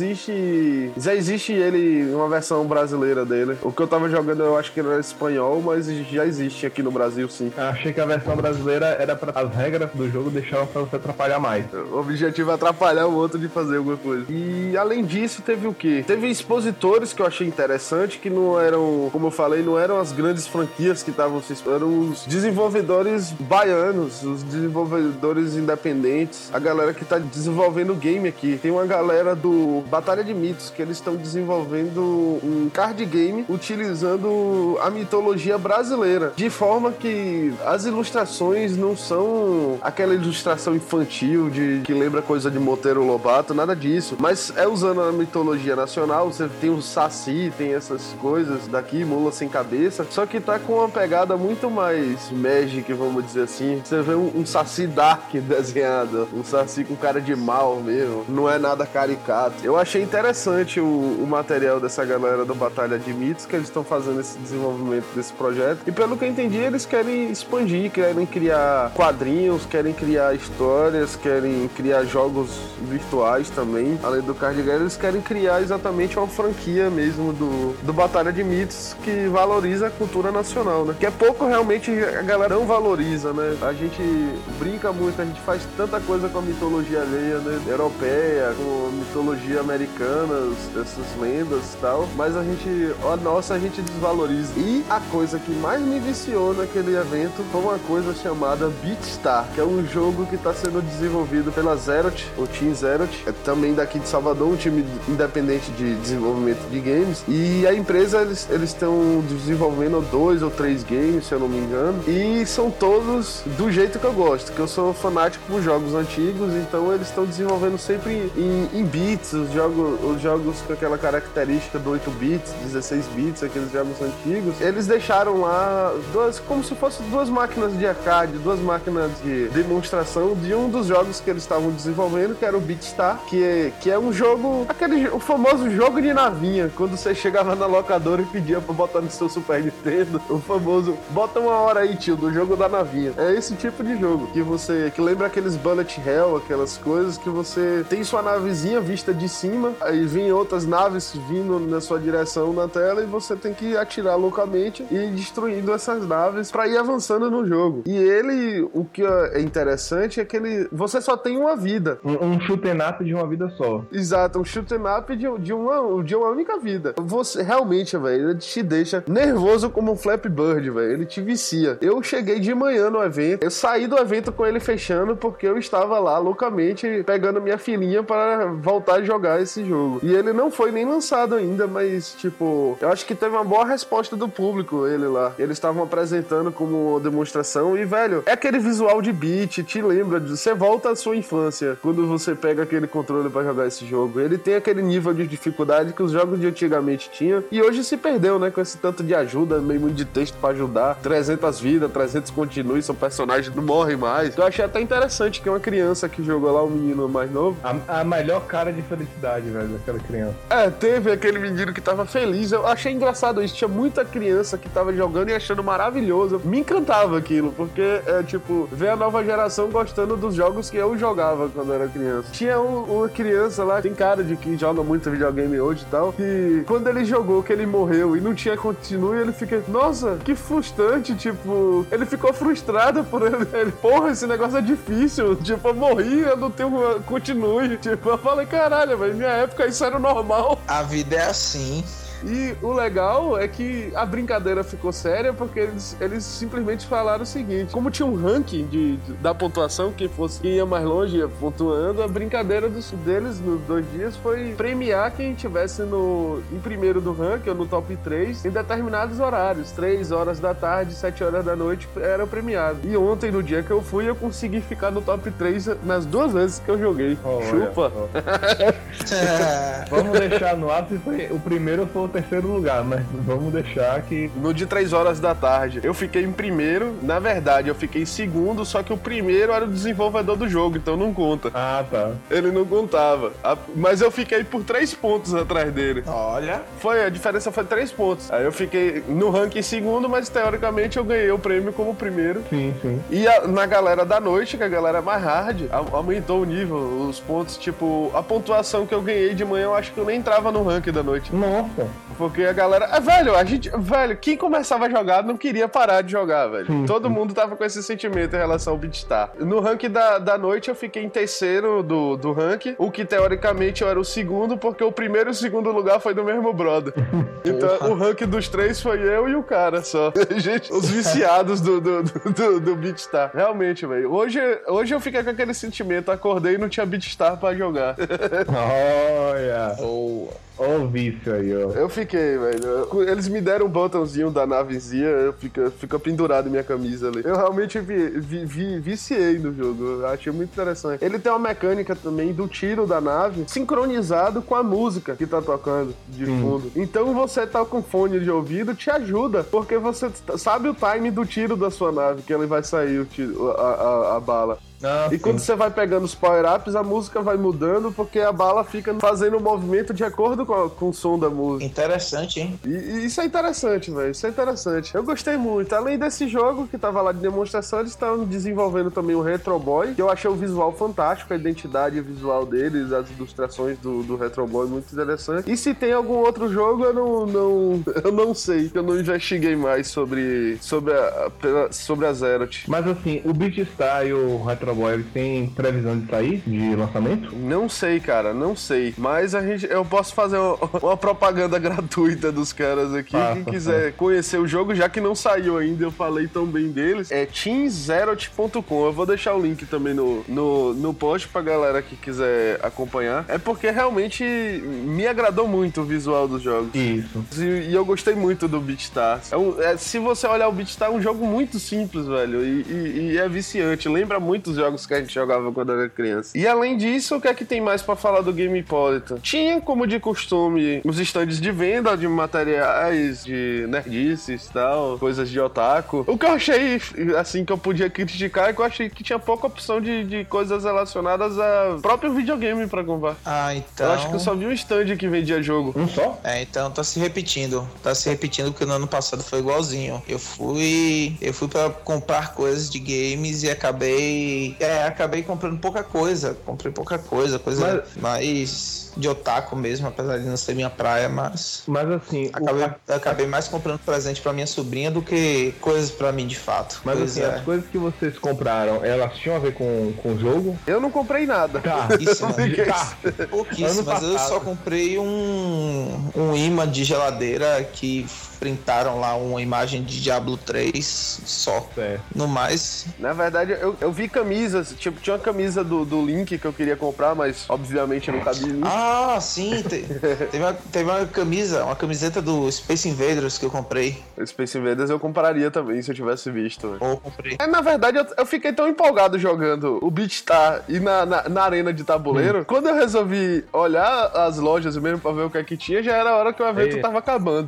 já existe ele, uma versão brasileira dele. O que eu tava jogando, eu acho que era espanhol, mas já existe aqui no Brasil, sim. Achei que a versão brasileira era pra as regras do jogo deixavam pra você atrapalhar mais. O objetivo é atrapalhar o outro de fazer alguma coisa. E além disso, teve o quê? Teve expositores que eu achei interessante, que não eram, como eu falei, não eram as grandes franquias que estavam eram os desenvolvedores baianos, os desenvolvedores independentes, a galera que tá desenvolvendo o game aqui. Tem uma galera do Batalha de Mitos, que eles estão desenvolvendo um card game utilizando a mitologia brasileira, de forma que as ilustrações não são aquela ilustração infantil que lembra coisa de Monteiro Lobato, nada disso, mas é usando a mitologia nacional. Você tem o Saci, tem essas coisas daqui, mula sem cabeça, só que tá com uma pegada muito mais magic, vamos dizer assim. Você vê um Saci dark desenhado, um Saci com cara de mal mesmo, não é nada caricato. Eu achei interessante o material dessa galera do Batalha de Mitos, que eles estão fazendo esse desenvolvimento desse projeto, e pelo que eu entendi, eles querem expandir, querem criar quadrinhos, querem criar histórias, querem criar jogos virtuais também. Além do card game, eles querem criar exatamente uma franquia mesmo do Batalha de Mitos, que valoriza a cultura nacional, né? Que é pouco realmente a galera não valoriza, né? A gente brinca muito, a gente faz tanta coisa com a mitologia alheia, né? Europeia, com a mitologia americana, essas lendas e tal, mas a gente desvaloriza. E a coisa que mais me viciou naquele evento foi uma coisa chamada Beatstar, que é um jogo que está sendo desenvolvido pela Zerot, o Team Zerot, é também daqui de Salvador, um time independente de desenvolvimento de games, e a empresa, eles estão desenvolvendo 2 ou 3 games, se eu não me engano, e são todos do jeito que eu gosto, que eu sou fanático por jogos antigos, então eles estão desenvolvendo sempre em bits, os jogos com aquela característica do 8 bits, 16 bits, aqueles jogos antigos. Eles deixaram lá como se fossem 2 máquinas de arcade, 2 máquinas de demonstração de um dos jogos que eles estavam desenvolvendo, que era o Beatstar, que é um jogo, o famoso jogo de navinha, quando você chegava na locadora e pedia pra botar no seu Super Nintendo, o famoso, bota uma hora aí, tio, do jogo da navinha. É esse tipo de jogo, que lembra aqueles Bullet Hell, aquelas coisas que você tem sua navezinha vista de cima, aí vem outras naves vindo na sua direção na tela e você tem que atirar loucamente e ir destruindo essas naves pra ir avançando no jogo. E o que é interessante é que você só tem uma vida. Um shoot'em up de uma vida só. Exato, um shoot'em up de uma única vida. Você realmente, velho, ele te deixa nervoso como um Flappy Bird, velho. Ele te vicia. Eu cheguei de manhã no evento, eu saí do evento com ele fechando porque eu estava lá loucamente pegando minha filhinha para voltar a jogar esse jogo. E ele não foi nem lançado ainda, mas, tipo, eu acho que teve uma boa resposta do público público, ele lá. Eles estavam apresentando como demonstração e, velho, é aquele visual de beat, te lembra, você volta à sua infância quando você pega aquele controle pra jogar esse jogo. Ele tem aquele nível de dificuldade que os jogos de antigamente tinham e hoje se perdeu, né, com esse tanto de ajuda, meio muito de texto pra ajudar, 300 vidas, 300 continues, são personagens que não morrem mais. Eu achei até interessante que uma criança que jogou lá, um menino mais novo... A melhor cara de felicidade, velho, daquela criança. Teve aquele menino que tava feliz. Eu achei engraçado isso. Tinha muita criança que tava jogando e achando maravilhoso. Me encantava aquilo, porque tipo, ver a nova geração gostando dos jogos que eu jogava quando era criança. Tinha uma criança lá, tem cara de que joga muito videogame hoje e tal, que quando ele jogou, que ele morreu e não tinha continue, ele fica, nossa, que frustrante, tipo, ele ficou frustrado por ele. Porra, esse negócio é difícil. Tipo, eu morri, eu não tenho continue. Tipo, eu falei, caralho, mas minha época isso era normal. A vida é assim. E o legal é que a brincadeira ficou séria porque eles simplesmente falaram o seguinte: como tinha um ranking da pontuação, quem ia mais longe ia pontuando, a brincadeira deles nos 2 dias foi premiar quem estivesse em primeiro do ranking ou no top 3 em determinados horários. 3 horas da tarde, 7 horas da noite era premiado. E ontem, no dia que eu fui, eu consegui ficar no top 3 nas 2 vezes que eu joguei. Chupa! Vamos deixar no ar se foi o primeiro foi o terceiro lugar, mas vamos deixar que... No de 3 horas da tarde, eu fiquei em primeiro. Na verdade, eu fiquei em segundo, só que o primeiro era o desenvolvedor do jogo, então não conta. Ah, tá. Ele não contava. Mas eu fiquei por 3 pontos atrás dele. Olha. A diferença foi 3 pontos. Aí eu fiquei no ranking em segundo, mas teoricamente eu ganhei o prêmio como primeiro. Sim, sim. E na galera da noite, que a galera é mais hard, aumentou o nível, os pontos, tipo, a pontuação que eu ganhei de manhã, eu acho que eu nem entrava no ranking da noite. Nossa. Porque a galera... Velho, quem começava a jogar não queria parar de jogar, velho. Todo mundo tava com esse sentimento em relação ao Beatstar. No ranking da noite, eu fiquei em terceiro do ranking, o que teoricamente eu era o segundo, porque o primeiro e o segundo lugar foi do mesmo brother. Então, o ranking dos 3 foi eu e o cara só. Gente, os viciados do Beatstar. Realmente, velho. Hoje eu fiquei com aquele sentimento, acordei e não tinha Beatstar pra jogar. Olha! Olha o vício aí, ó. Eu fiquei, velho. Eles me deram um botãozinho da navezinha, fica pendurado em minha camisa ali. Eu realmente viciei no jogo. Eu achei muito interessante. Ele tem uma mecânica também do tiro da nave sincronizado com a música que tá tocando de fundo. Então você tá com fone de ouvido, te ajuda, porque você sabe o time do tiro da sua nave, que ele vai sair a bala. E quando você vai pegando os power-ups, a música vai mudando, porque a bala fica fazendo o movimento de acordo com o som da música. Interessante, hein? E isso é interessante, velho. Isso é interessante. Eu gostei muito. Além desse jogo que tava lá de demonstração, eles estavam desenvolvendo também o Retro Boy, que eu achei o visual fantástico, a identidade visual deles, as ilustrações do Retro Boy muito interessante. E se tem algum outro jogo, eu não sei, que eu não investiguei mais sobre a Zeroth. Mas assim, o Beatstar e o Retro Boy, eles têm previsão de sair, de lançamento? Não sei, cara, não sei. Mas eu posso fazer uma propaganda gratuita dos caras aqui. Quem quiser conhecer o jogo, já que não saiu ainda, eu falei tão bem deles, é teamzeroth.com. Eu vou deixar o link também no post pra galera que quiser acompanhar. É porque realmente me agradou muito o visual dos jogos. Isso. E eu gostei muito do Beatstar. Se você olhar o Beatstar, é um jogo muito simples, velho. E é viciante. Lembra muito os jogos que a gente jogava quando era criança. E além disso, o que é que tem mais pra falar do Gamepolitan? Tinha, como de costume, os estandes de venda de materiais, de nerdices e tal, coisas de otaku. O que eu achei, assim, que eu podia criticar é que eu achei que tinha pouca opção de coisas relacionadas ao próprio videogame pra comprar. Ah, então... Eu acho que eu só vi um stand que vendia jogo. Um só? Então tá se repetindo. Tá se repetindo porque no ano passado foi igualzinho. Eu fui pra comprar coisas de games e acabei comprando pouca coisa. Comprei pouca coisa mais de otaku mesmo, apesar de não ser minha praia, mas assim... Acabei mais comprando presente pra minha sobrinha do que coisas pra mim, de fato. Mas assim, as coisas que vocês compraram, elas tinham a ver com o jogo? Eu não comprei nada. Tá. Pouquíssimo, mas eu só comprei um imã de geladeira que printaram lá uma imagem de Diablo 3 só. É. No mais... Na verdade, eu vi camisa camisas, tipo, tinha uma camisa do Link que eu queria comprar, mas obviamente não cabia em mim. Ah, sim, teve uma camiseta do Space Invaders que eu comprei. Space Invaders eu compraria também, se eu tivesse visto. Ou comprei. Na verdade, eu fiquei tão empolgado jogando o Beatstar e na arena de tabuleiro, quando eu resolvi olhar as lojas mesmo pra ver o que é que tinha, já era a hora que o evento tava acabando.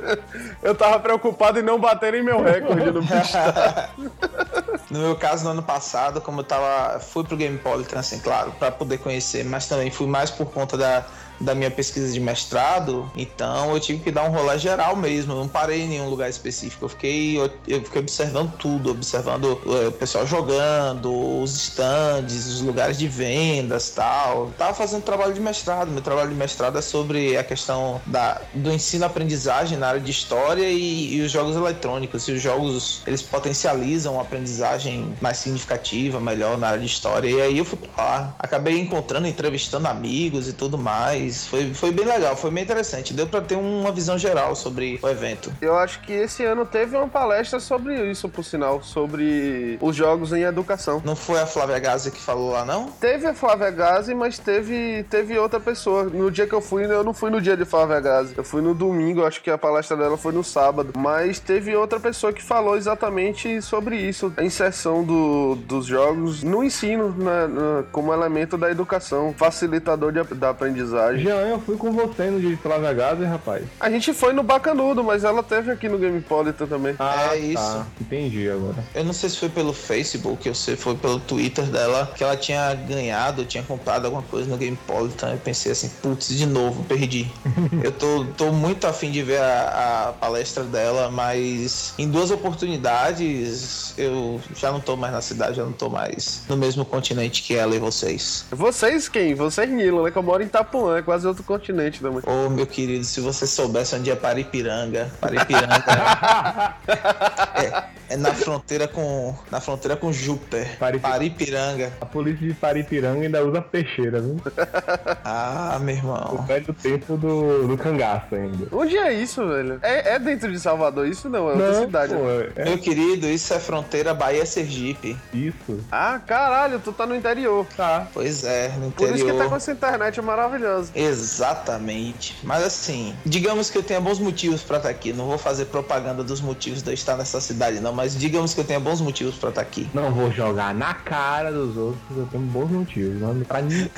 Eu tava preocupado em não bater em meu recorde no Beatstar. No meu caso, no ano passado, como eu fui pro Gamepolitan, assim, claro, pra poder conhecer, mas também fui mais por conta da minha pesquisa de mestrado, então eu tive que dar um rolê geral mesmo, eu não parei em nenhum lugar específico, eu fiquei observando tudo, observando o pessoal jogando, os stands, os lugares de vendas, tal. Eu tava fazendo trabalho de mestrado, meu trabalho de mestrado é sobre a questão do ensino-aprendizagem na área de história e os jogos eletrônicos, se os jogos, eles potencializam a aprendizagem mais significativa, melhor na área de história, e aí eu fui pra lá, acabei entrevistando amigos e tudo mais. Foi bem legal, foi bem interessante. Deu pra ter uma visão geral sobre o evento. Eu acho que esse ano teve uma palestra sobre isso, por sinal, sobre os jogos em educação. Não foi a Flávia Gazi que falou lá, não? Teve a Flávia Gazi, mas teve outra pessoa. No dia que eu fui, eu não fui no dia de Flávia Gazi. Eu fui no domingo, acho que a palestra dela foi no sábado. Mas teve outra pessoa que falou exatamente sobre isso. A inserção dos jogos no ensino, né, como elemento da educação, facilitador da aprendizagem. Jean, eu fui com você no dia de Flávia Gazi, rapaz. A gente foi no Bacanudo, mas ela teve aqui no Gamepolitan também. Ah, é isso. Tá. Entendi agora. Eu não sei se foi pelo Facebook ou se foi pelo Twitter dela, que ela tinha tinha comprado alguma coisa no Gamepolitan. Eu pensei assim, putz, de novo, perdi. Eu tô muito afim de ver a palestra dela, mas em 2 oportunidades eu já não tô mais na cidade, já não tô mais no mesmo continente que ela e vocês. Vocês quem? Vocês Nilo, né? Que eu moro em Itapuã, é quase outro continente também. Ô, meu querido, se você soubesse onde é Paripiranga é na fronteira com Júpiter. Paripiranga. A polícia de Paripiranga ainda usa peixeira, viu? Ah, meu irmão. O velho tempo do cangaço ainda. Onde é isso, velho? É dentro de Salvador? Isso não, é outra cidade. Pô, Meu querido, isso é fronteira Bahia-Sergipe. Isso. Ah, caralho, tu tá no interior. Tá. Pois é, no Por interior. isso que tá com essa internet maravilhosa. Exatamente. Mas assim, digamos que eu tenha bons motivos pra estar aqui. Não vou fazer propaganda dos motivos de eu estar nessa cidade, não. Mas digamos que eu tenha bons motivos pra estar aqui. Não vou jogar na cara dos outros, eu tenho bons motivos. Não pra ninguém.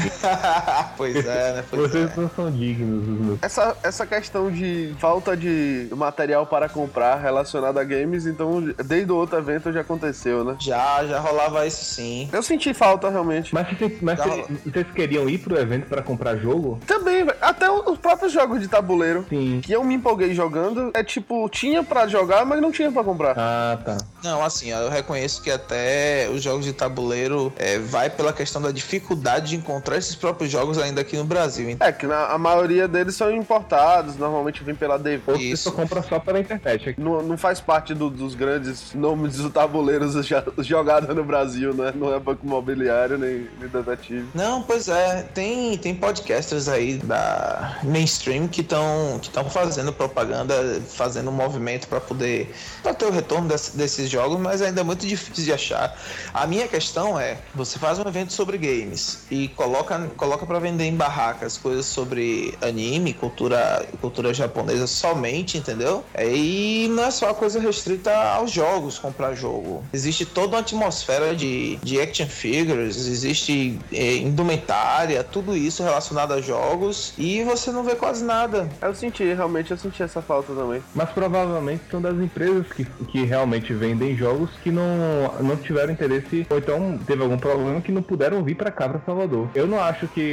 Pois é, né? Pois Vocês é. não são dignos dos meus. Essa questão de falta de material para comprar relacionado a games, então desde o outro evento já aconteceu, né? Já rolava isso sim. Eu senti falta realmente. Mas vocês queriam ir pro evento pra comprar jogo? Também, velho, até os próprios jogos de tabuleiro. Sim. Que eu me empolguei jogando, é tipo, tinha pra jogar, mas não tinha pra comprar. Ah, tá. Não, assim, eu reconheço que até os jogos de tabuleiro vai pela questão da dificuldade de encontrar esses próprios jogos ainda aqui no Brasil. É que a maioria deles são importados, normalmente vem pela DV. Ou você só compra só pela internet. Não faz parte dos grandes nomes dos tabuleiros jogados no Brasil, né? Não é Banco Imobiliário nem Detetive. Não, pois é, tem podcasters aí da mainstream que estão fazendo propaganda, fazendo um movimento para ter o retorno desses jogos, mas ainda é muito difícil de achar. A minha questão é, você faz um evento sobre games e coloca para vender em barracas coisas sobre anime, cultura japonesa somente, entendeu? E não é só coisa restrita aos jogos, comprar jogo. Existe toda uma atmosfera de action figures, existe indumentária, tudo isso relacionado a jogos, e você não vê quase nada. Eu senti essa falta também. Mas provavelmente são das empresas que realmente vendem jogos que não tiveram interesse, ou então teve algum problema que não puderam vir pra cá, pra Salvador. Eu não acho que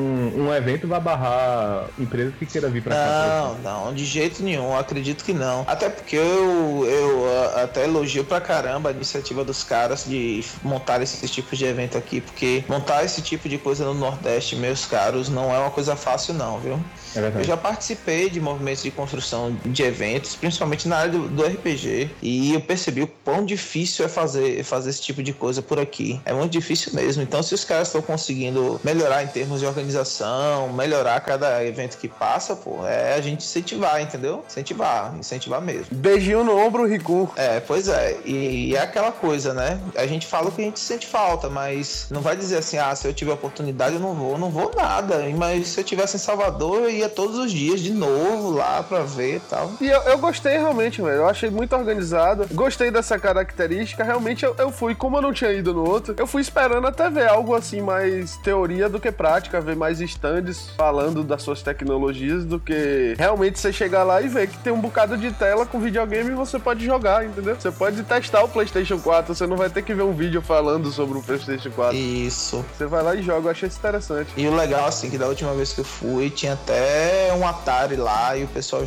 um evento vai barrar empresas que queiram vir pra cá. Não, de jeito nenhum, acredito que não. Até porque eu até elogio pra caramba a iniciativa dos caras de montar esses tipos de evento aqui, porque montar esse tipo de coisa no Nordeste, meus caros, não é uma coisa fácil não, viu? Eu já participei de movimentos de construção de eventos, principalmente na área do RPG, e eu percebi o quão difícil é fazer esse tipo de coisa por aqui. É muito difícil mesmo. Então, se os caras estão conseguindo melhorar em termos de organização, melhorar cada evento que passa, pô, é a gente incentivar, entendeu? Incentivar mesmo. Beijinho no ombro, Riku. Pois é. E é aquela coisa, né? A gente fala que a gente sente falta, mas não vai dizer assim, se eu tiver oportunidade eu não vou nada. Mas se eu tivesse em Salvador, eu ia todos os dias de novo lá pra ver e tal. E eu gostei realmente, velho. Eu achei muito organizado. Gostei dessa característica. Realmente eu fui, como eu não tinha ido no outro, eu fui esperando até ver algo assim mais teoria do que prática, ver mais stands falando das suas tecnologias do que realmente você chegar lá e ver que tem um bocado de tela com videogame e você pode jogar, entendeu? Você pode testar o PlayStation 4, você não vai ter que ver um vídeo falando sobre o PlayStation 4. Isso. Você vai lá e joga, eu achei isso interessante. E o legal, assim, que da última vez que eu fui, tinha até um Atari lá e o pessoal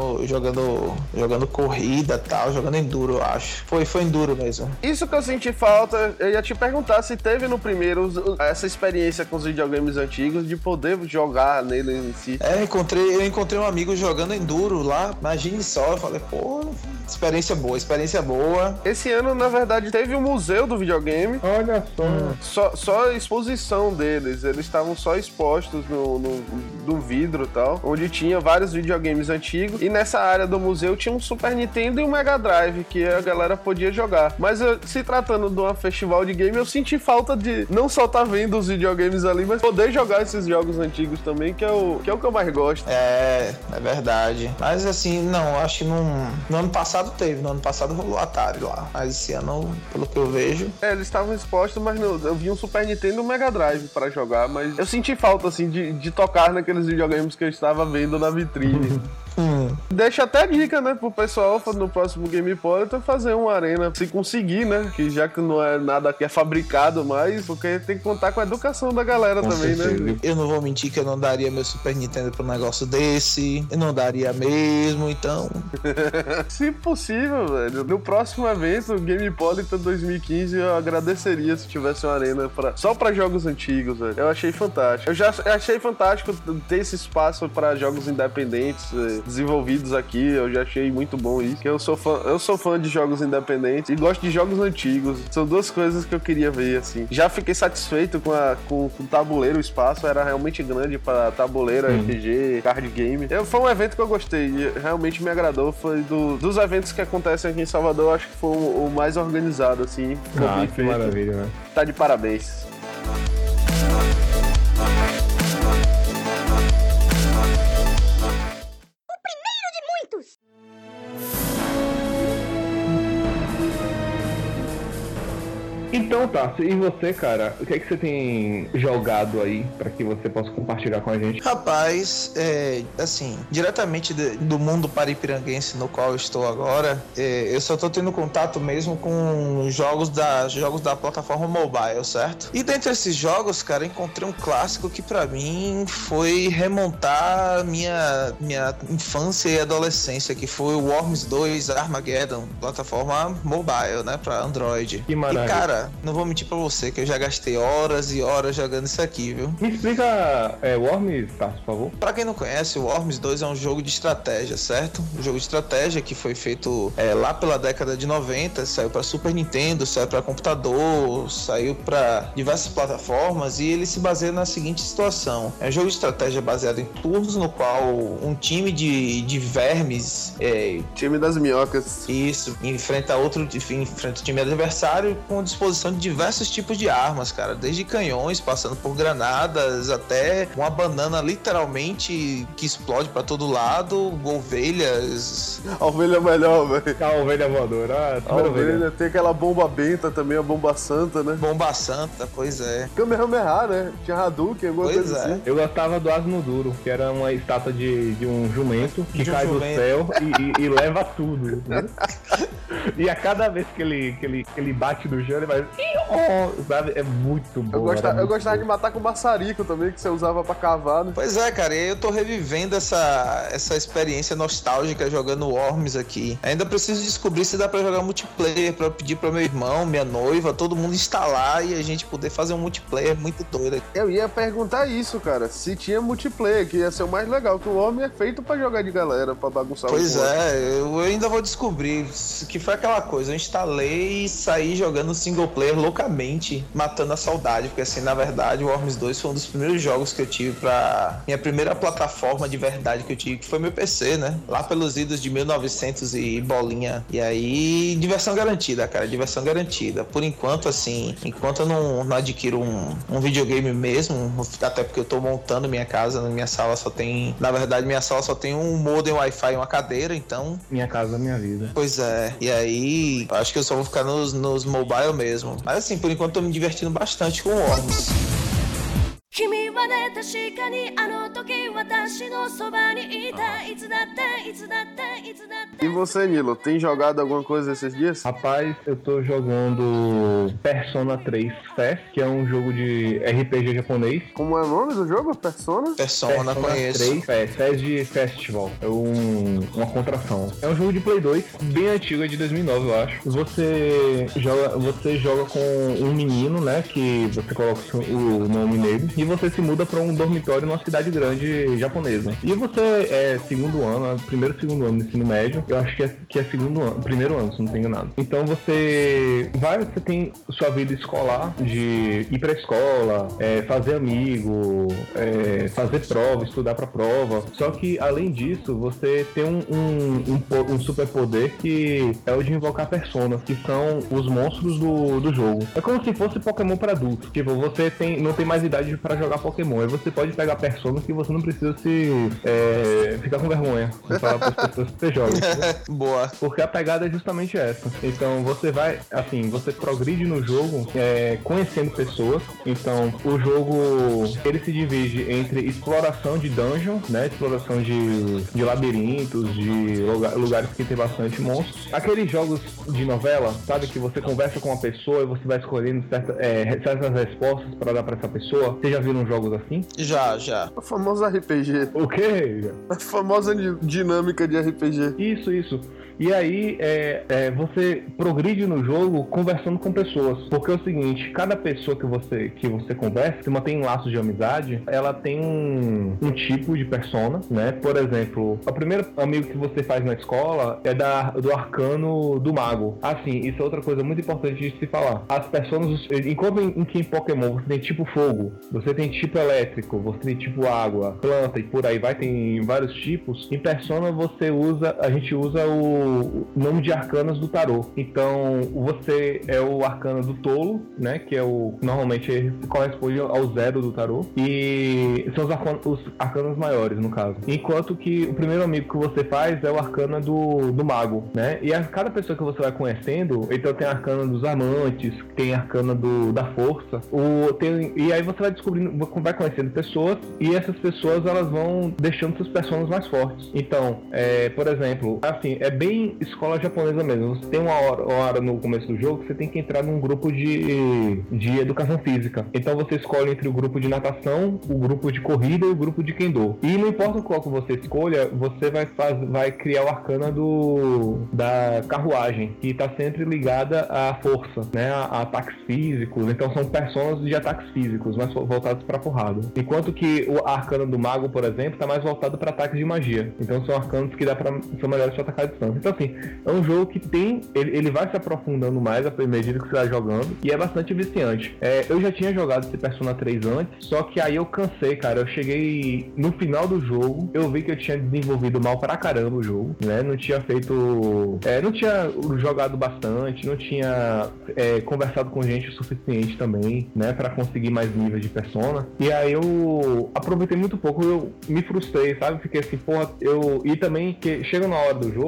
jogando corrida e tal, jogando enduro, eu acho. Foi enduro mesmo. Isso que eu senti falta, eu ia te perguntar se teve no primeiro essa experiência com os videogames antigos de poder jogar nele em si. Eu encontrei um amigo jogando enduro lá, imagine só, eu falei, pô, experiência boa. Esse ano, na verdade, teve um museu do videogame. Olha só. Só a exposição deles, eles estavam só expostos no vidro e tal, onde tinha vários videogames antigos, e nessa área do museu tinha um Super Nintendo e um Mega Drive, que a galera podia jogar. Mas se tratando de um festival de game, eu senti falta de não só estar vendo os videogames ali, mas poder jogar esses jogos antigos também, que é o que eu mais gosto. É verdade. Mas assim, não, acho que no ano passado teve, no ano passado rolou Atari lá, mas esse ano, pelo que eu vejo... eles estavam expostos, mas eu vi um Super Nintendo e um Mega Drive pra jogar, mas eu senti falta, assim, de tocar naqueles videogames que eu estava vendo na vitrine. Deixa até dica, né, pro pessoal no próximo Game Polita fazer uma arena, se conseguir, né, que já que não é nada que é fabricado mais, porque tem que contar com a educação da galera com também, certeza, né? Eu não vou mentir que eu não daria meu Super Nintendo pra um negócio desse, eu não daria mesmo, então... Se possível, velho, no próximo evento, Game Polita 2015, eu agradeceria se tivesse uma arena só pra jogos antigos, velho. Eu achei fantástico. Eu já achei fantástico ter esse espaço pra jogos independentes, desenvolvidos aqui, eu já achei muito bom isso, que eu sou fã de jogos independentes e gosto de jogos antigos, são duas coisas que eu queria ver, assim. Já fiquei satisfeito com o tabuleiro, o espaço era realmente grande para tabuleiro, RPG, card game. Foi um evento que eu gostei, e realmente me agradou, foi dos eventos que acontecem aqui em Salvador, acho que foi o mais organizado, assim. Que maravilha, né? Tá de parabéns. Então tá, e você, cara, o que é que você tem jogado aí pra que você possa compartilhar com a gente? Rapaz, assim, diretamente do mundo paripiranguense no qual eu estou agora, eu só tô tendo contato mesmo com jogos da plataforma mobile, certo? E dentre esses jogos, cara, encontrei um clássico que pra mim foi remontar minha infância e adolescência, que foi o Worms 2 Armageddon, plataforma mobile, né, pra Android. Que maravilha. E, cara, não vou mentir pra você que eu já gastei horas e horas jogando isso aqui, viu? Me explica Worms, tá, por favor. Pra quem não conhece, o Worms 2 é um jogo de estratégia, certo? Um jogo de estratégia que foi feito lá pela década de 90, saiu pra Super Nintendo, saiu pra computador, saiu pra diversas plataformas, e ele se baseia na seguinte situação. É um jogo de estratégia baseado em turnos, no qual um time de vermes... time das minhocas. Isso, enfrenta o time adversário com disposição de diversos tipos de armas, cara, desde canhões, passando por granadas, até uma banana literalmente que explode pra todo lado, ovelhas. A ovelha é melhor, velho. A ovelha voadora. A ovelha tem aquela bomba benta também, a bomba santa, né? Bomba santa, pois é. Kamehameha, né? Tinha Hadouken, alguma coisa assim. Eu gostava do Asno Duro, que era uma estátua de um jumento que cai do céu e leva tudo, né? E a cada vez que ele bate no chão, ele vai faz. Sabe? É muito bom. Eu gostava de matar com maçarico também, que você usava pra cavar, né? Pois é, cara, e eu tô revivendo essa experiência nostálgica jogando Worms aqui. Ainda preciso descobrir se dá pra jogar multiplayer, pra pedir pro meu irmão, minha noiva, todo mundo instalar e a gente poder fazer um multiplayer muito doido. Eu ia perguntar isso, cara, se tinha multiplayer, que ia ser o mais legal, que o Worms é feito pra jogar de galera, pra bagunçar Pois é, eu ainda vou descobrir que foi aquela coisa, eu instalei e saí jogando single player loucamente, matando a saudade, porque assim, na verdade, o Worms 2 foi um dos primeiros jogos que eu tive pra... Minha primeira plataforma de verdade que eu tive, que foi meu PC, né? Lá pelos idos de 1900 e bolinha. E aí, diversão garantida, cara, diversão garantida. Por enquanto, assim, enquanto eu não adquiro um videogame mesmo, até porque eu tô montando minha casa, na minha sala só tem... Na verdade, minha sala só tem um modem Wi-Fi e uma cadeira, então... Minha casa, minha vida. Pois é, e aí, acho que eu só vou ficar nos mobile mesmo. Mas assim, por enquanto tô me divertindo bastante com o Worms. E você, Nilo, tem jogado alguma coisa esses dias? Rapaz, eu tô jogando Persona 3 Fest, que é um jogo de RPG japonês. Como é o nome do jogo? Persona? Persona conheço. 3 Fest, Fest de Festival. É uma contração. É um jogo de Play 2, bem antigo, é de 2009, eu acho. Você joga com um menino, né, que você coloca o nome nele, e você se muda pra um dormitório numa cidade grande japonesa. E você é segundo ano do ensino médio, eu acho que é primeiro ano, se não tenho enganado. Então você tem sua vida escolar, de ir pra escola, fazer amigo, fazer prova, estudar pra prova. Só que além disso, você tem um superpoder que é o de invocar personas, que são os monstros do jogo. É como se fosse Pokémon pra adultos. Tipo, você não tem mais idade pra jogar Pokémon. Aí você pode pegar personas que você não precisa ficar com vergonha de falar pras pessoas que você joga. Boa. Porque a pegada é justamente essa. Então você vai, assim, você progride no jogo conhecendo pessoas. Então o jogo, ele se divide entre exploração de dungeon, né? Exploração de labirintos, de lugares que tem bastante monstros. Aqueles jogos de novela, sabe? Que você conversa com uma pessoa e você vai escolhendo certas respostas para dar para essa pessoa. Vocês já viram jogos assim? Já. O famoso RPG. O quê? A famosa dinâmica de RPG. Isso. E aí você progride no jogo conversando com pessoas. Porque é o seguinte, cada pessoa que você conversa, que mantém um laço de amizade, ela tem um tipo de persona, né? Por exemplo, o primeiro amigo que você faz na escola é do arcano do mago. Assim, isso é outra coisa muito importante de se falar. As personas, enquanto em Pokémon você tem tipo fogo, você tem tipo elétrico, você tem tipo água, planta e por aí vai, tem vários tipos. Em Persona a gente usa o nome de arcanas do tarô. Então, você é o arcana do tolo, né? Que é normalmente corresponde ao 0 do tarô. E são os arcanos maiores, no caso. Enquanto que o primeiro amigo que você faz é o arcana do mago, né? E cada pessoa que você vai conhecendo, então tem a arcana dos amantes, tem a arcana da força. E aí você vai descobrindo, vai conhecendo pessoas, e essas pessoas, elas vão deixando suas personas mais fortes. Então, por exemplo, assim, é bem escola japonesa mesmo. Você tem uma hora no começo do jogo que você tem que entrar num grupo de educação física. Então você escolhe entre o grupo de natação, o grupo de corrida e o grupo de kendo. E não importa qual que você escolha, você vai criar o arcana da carruagem, que está sempre ligada à força, né? A ataques físicos. Então são personas de ataques físicos, mais voltados para porrada. Enquanto que o arcana do mago, por exemplo, está mais voltado para ataques de magia. Então são arcanos que são melhores para atacar a distância. Então assim, é um jogo que ele vai se aprofundando mais à medida que você vai jogando, e é bastante viciante. Eu já tinha jogado esse Persona 3 antes, só que aí eu cansei, cara. Eu cheguei no final do jogo, eu vi que eu tinha desenvolvido mal pra caramba o jogo, né? Não tinha não tinha jogado bastante, não tinha conversado com gente o suficiente também, né? Pra conseguir mais níveis de Persona. E aí eu aproveitei muito pouco, eu me frustrei, sabe? Fiquei assim, porra, e também que chega na hora do jogo que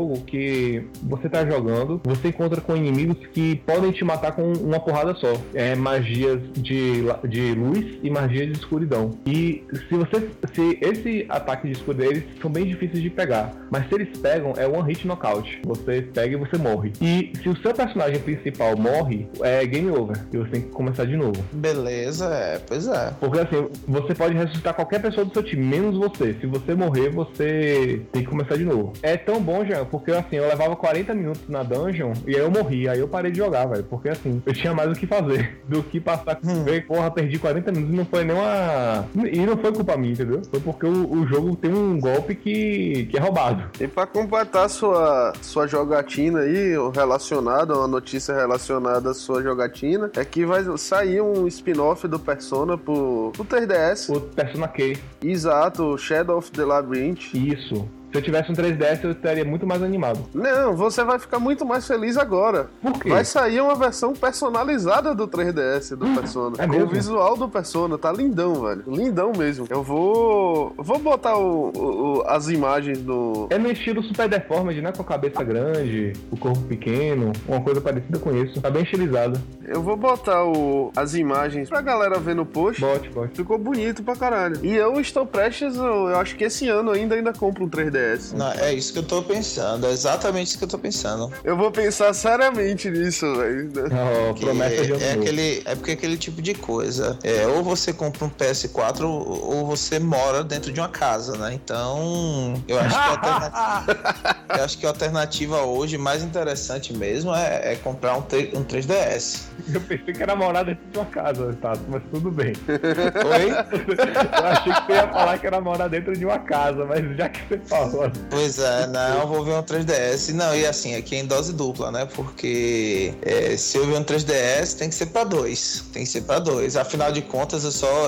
que você tá jogando, você encontra com inimigos que podem te matar com uma porrada só. Magias de luz e magias de escuridão. E se esse ataque de escuridão, eles são bem difíceis de pegar. Mas se eles pegam, é one hit knockout. Você pega e você morre. E se o seu personagem principal morre, é game over. E você tem que começar de novo. Beleza, pois é. Porque assim, você pode ressuscitar qualquer pessoa do seu time, menos você. Se você morrer, você tem que começar de novo. É tão bom, Jean, porque assim, eu levava 40 minutos na dungeon e aí eu morri. Aí eu parei de jogar, velho. Porque assim, eu tinha mais o que fazer do que passar com porra, perdi 40 minutos e não foi nem uma... E não foi culpa minha, entendeu? Foi porque o jogo tem um golpe que é roubado. E pra completar sua jogatina aí, relacionada, uma notícia relacionada à sua jogatina, é que vai sair um spin-off do Persona pro 3DS. O Persona Q. Exato, Shadow of the Labyrinth. Isso. Se eu tivesse um 3DS, eu estaria muito mais animado. Não, você vai ficar muito mais feliz agora. Por quê? Vai sair uma versão personalizada do 3DS do Persona. É com mesmo? o visual do Persona. Tá lindão, velho. Lindão mesmo. Eu vou botar as imagens do... É no estilo Super Deformed, né? Com a cabeça grande, o corpo pequeno, uma coisa parecida com isso. Tá bem estilizado. Eu vou botar as imagens pra galera ver no post. Bote. Ficou bonito pra caralho. E eu estou prestes, eu acho que esse ano ainda compro um 3DS. Não, é isso que eu tô pensando, é exatamente isso que eu tô pensando. Eu vou pensar seriamente nisso, velho. Promessa de É porque é aquele tipo de coisa. Ou você compra um PS4 ou você mora dentro de uma casa, né? Então, eu acho que a alternativa hoje mais interessante mesmo é comprar um 3DS. Eu pensei que era morar dentro de uma casa, tá? Mas tudo bem. Oi? Eu achei que você ia falar que era morar dentro de uma casa, mas já que você falou. Pois é, não, vou ver um 3DS. Não, e assim, aqui é em dose dupla, né? Porque se eu ver um 3DS, tem que ser pra dois. Tem que ser pra dois. Afinal de contas,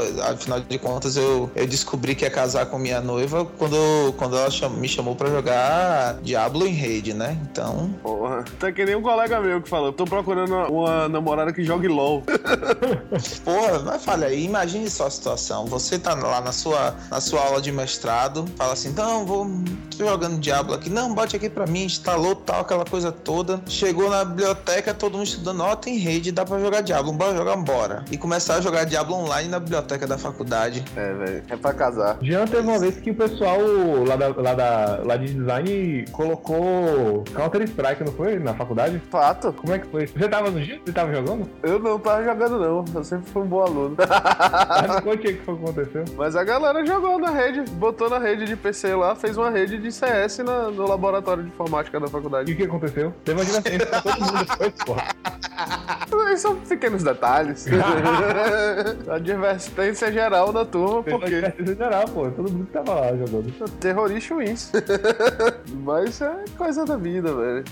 eu descobri que ia casar com minha noiva quando ela me chamou pra jogar Diablo em rede, né? Então... Porra, tá que nem um colega meu que falou, tô procurando uma namorada que jogue LOL. Porra, não é falha aí. Imagine só a situação. Você tá lá na sua aula de mestrado, fala assim, então, tô jogando Diablo aqui. Não, bote aqui pra mim, instalou tal, aquela coisa toda. Chegou na biblioteca, todo mundo estudando, tem rede, dá pra jogar Diablo, bora. E começar a jogar Diablo online na biblioteca da faculdade. Velho, é pra casar. Já teve uma vez que o pessoal lá de design colocou Counter-Strike, não foi? Na faculdade? Fato. Como é que foi? Você tava no dia? Você tava jogando? Eu não tava jogando, não. Eu sempre fui um bom aluno. Mas conte aí o que foi que aconteceu. Mas a galera jogou na rede, botou na rede de PC lá, fez uma rede de CS no laboratório de informática da E faculdade. o que aconteceu? Teve uma divertência pra todo mundo depois, porra. São pequenos detalhes. A advertência geral da turma, Teve uma porque divertência geral, pô. Todo mundo que tava lá jogando. terrorista wins. Mas é coisa da vida, velho.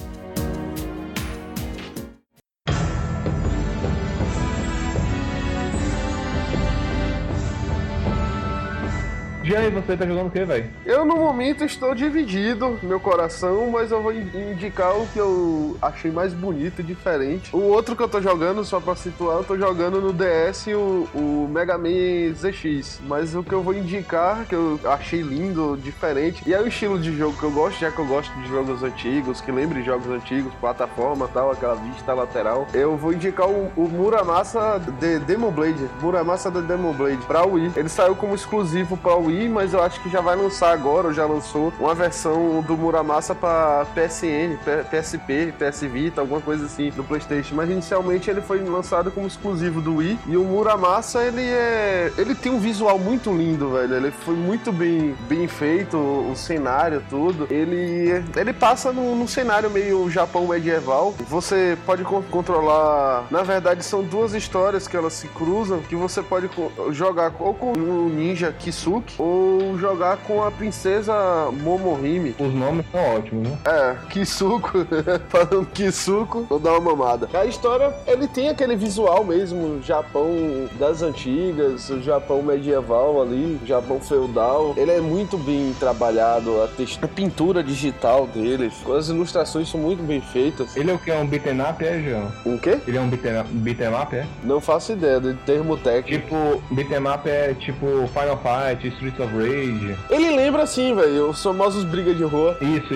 E aí, você tá jogando o que, velho? Eu, no momento, estou dividido, meu coração, mas eu vou indicar o que eu achei mais bonito e diferente. O outro que eu tô jogando, só pra situar, eu tô jogando no DS o Mega Man ZX. Mas o que eu vou indicar, que eu achei lindo, diferente, e é o estilo de jogo que eu gosto, já que eu gosto de jogos antigos, que lembrem jogos antigos, plataforma e tal, aquela vista lateral. Eu vou indicar o Muramasa de Demon Blade. Muramasa de Demon Blade pra Wii. Ele saiu como exclusivo pra Wii, mas eu acho que já vai lançar agora, ou já lançou, uma versão do Muramasa pra PSN, PSP, PS Vita, alguma coisa assim, do PlayStation. Mas inicialmente ele foi lançado como exclusivo do Wii. E o Muramasa, ele tem um visual muito lindo, velho. Ele foi muito bem feito, o cenário, tudo. Ele passa num cenário meio Japão medieval. Você pode controlar... Na verdade, são duas histórias que elas se cruzam, que você pode jogar ou com o ninja Kisuke, ou jogar com a princesa Momohime. Os nomes são ótimos, né? Kisuko. Falando Kisuko, vou dar uma mamada. A história, ele tem aquele visual mesmo, Japão das antigas, o Japão medieval ali, Japão feudal. Ele é muito bem trabalhado, a pintura digital dele, as ilustrações são muito bem feitas. Ele é o que? É um beat'em up, João? Um quê? Ele é um beat'em up, Não faço ideia do termo técnico. Tipo, beat'em up é tipo Final Fight, Street Streets of Rage. Ele lembra assim, velho, os famosos briga de rua. Isso.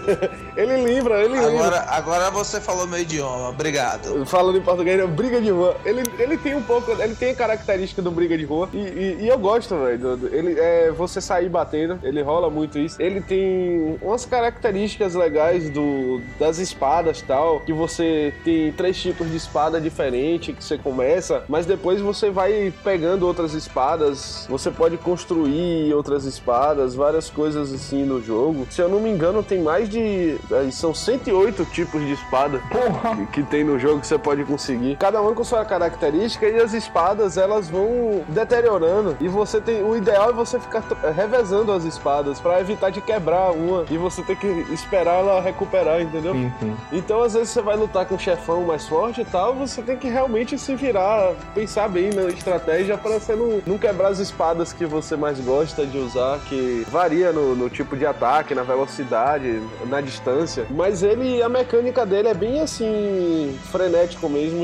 Ele lembra. Agora você falou meu idioma, obrigado. Falando em português, briga de rua. Ele tem um pouco, ele tem a característica do briga de rua. E eu gosto, velho. Você sair batendo, ele rola muito isso. Ele tem umas características legais das espadas e tal, que você tem 3 tipos de espada diferente que você começa, mas depois você vai pegando outras espadas, você pode construir outras espadas, várias coisas assim no jogo. Se eu não me engano, tem mais de... são 108 tipos de espada que tem no jogo que você pode conseguir. Cada uma com sua característica, e as espadas, elas vão deteriorando, e você tem... O ideal é você ficar revezando as espadas pra evitar de quebrar uma e você ter que esperar ela recuperar, entendeu? Sim. Então, às vezes, você vai lutar com um chefão mais forte e tal, você tem que realmente se virar, pensar bem na estratégia pra você não quebrar as espadas que você mais gosta de usar, que varia no tipo de ataque, na velocidade, na distância. Mas a mecânica dele é bem assim, frenético mesmo,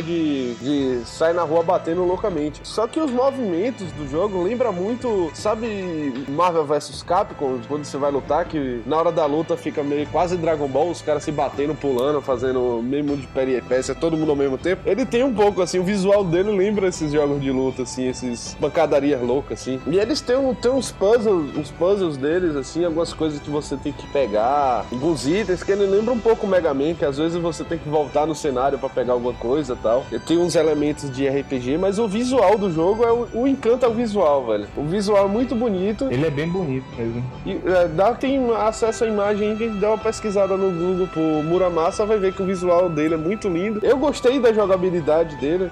de sair na rua batendo loucamente. Só que os movimentos do jogo lembra muito, sabe, Marvel vs Capcom, quando você vai lutar, que na hora da luta fica meio quase Dragon Ball, os caras se batendo, pulando, fazendo mesmo de peripécia, todo mundo ao mesmo tempo. Ele tem um pouco, assim, o visual dele lembra esses jogos de luta, assim, esses pancadarias loucas, assim. E eles têm uns puzzles deles, assim, algumas coisas que você tem que pegar, alguns itens que ele lembra um pouco o Mega Man, que às vezes você tem que voltar no cenário pra pegar alguma coisa e tal. Ele tem uns elementos de RPG, mas o visual do jogo o encanto é o visual, velho. O visual é muito bonito. Ele é bem bonito mesmo. E tem acesso à imagem, quem der uma pesquisada no Google por Muramasa vai ver que o visual dele é muito lindo. Eu gostei da jogabilidade dele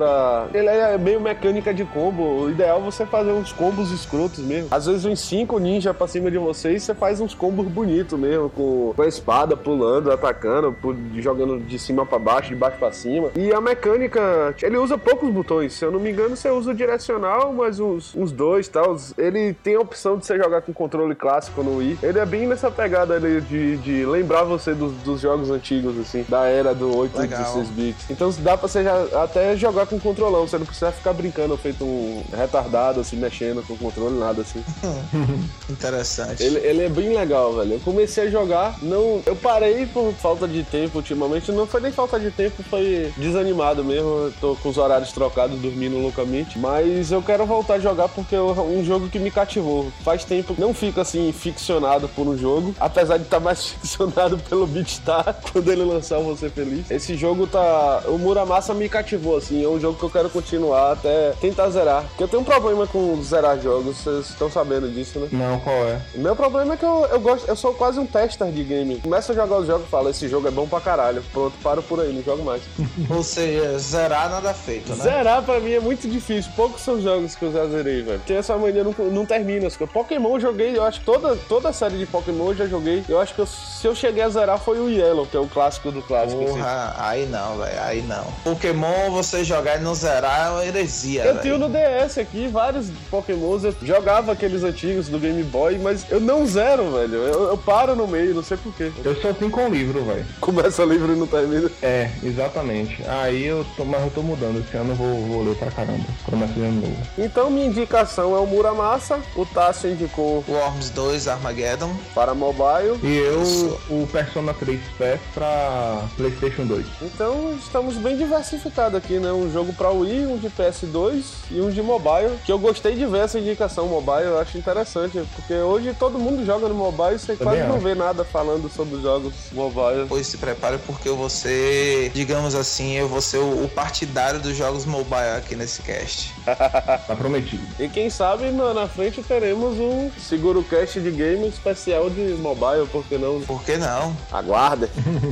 ele é meio mecânica de combo. O ideal é você fazer uns combos escrotos mesmo. Às vezes uns 5 ninja pra cima de você e você faz uns combos bonitos mesmo, com a espada pulando, atacando, jogando de cima pra baixo, de baixo pra cima. E a mecânica, ele usa poucos botões. Se eu não me engano, você usa o direcional, mas uns 2 e tal. Ele tem a opção de você jogar com controle clássico no Wii. Ele é bem nessa pegada ali de lembrar você dos jogos antigos, assim, da era do 8 e 16 bits. Então dá pra você até jogar com controlão, você não precisa ficar brincando feito um retardado, assim, mexendo com o controle, nada assim. Interessante. Ele é bem legal, velho. Eu comecei a jogar, eu parei por falta de tempo ultimamente, não foi nem falta de tempo, foi desanimado mesmo, eu tô com os horários trocados, dormindo loucamente, mas eu quero voltar a jogar porque é um jogo que me cativou. Faz tempo que não fico assim, ficcionado por um jogo, apesar de estar mais ficcionado pelo Beatstar, quando ele lançar eu vou ser feliz. Esse jogo o Muramasa me cativou, assim, é um jogo que eu quero continuar até tentar zerar, porque eu tenho um problema com zerar jogos, vocês estão sabendo disso, né? Não, qual é? O meu problema é que eu sou quase um tester de game. Começo a jogar os jogos e falo, esse jogo é bom pra caralho, pronto, paro por aí, não jogo mais. Ou seja, zerar nada feito, né? Zerar pra mim é muito difícil, poucos são jogos que eu já zerei, velho. Porque essa mania não termina as coisas. Pokémon eu joguei, eu acho que toda a série de Pokémon eu já joguei. Eu acho que se eu cheguei a zerar foi o Yellow, que é o clássico do clássico. Porra, assim. Aí não, velho, aí não. Pokémon você jogar e não zerar é uma heresia, Eu tenho no DS aqui vários Pokémons, eu jogava aqueles antigos do Game Boy, mas eu não zero, velho. Eu paro no meio, não sei porquê. Eu só assim com o livro, velho. Começa o livro e não termina. É, exatamente. Aí mas eu tô mudando, esse ano eu vou ler pra caramba. Começa de ano novo. Então minha indicação é o Muramasa, o Tássio indicou Worms 2 Armageddon para mobile. E eu o Persona 3 PS pra PlayStation 2. Então estamos bem diversificados aqui, né? Um jogo pra Wii, um de PS2 e um de mobile, que eu gostei de ver essa indicação mobile, eu acho interessante, porque hoje todo mundo joga no mobile e você quase não vê nada falando sobre os jogos mobile. Pois se prepare porque eu vou ser, digamos assim, eu vou ser o partidário dos jogos mobile aqui nesse cast. Tá prometido. E quem sabe na frente teremos um Seguro Cast de game especial de mobile, por que não? Por que não? Aguarda.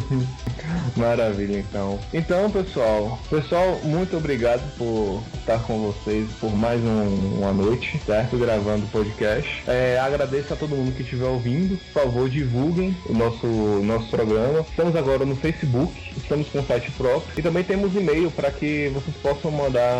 Maravilha, então. Então, pessoal, muito obrigado por estar com vocês por mais uma noite, certo? Gravando o podcast. Agradeço a todo mundo que estiver ouvindo. Por favor, divulguem o nosso programa. Estamos agora no Facebook, estamos com o site próprio e também temos e-mail para que vocês possam mandar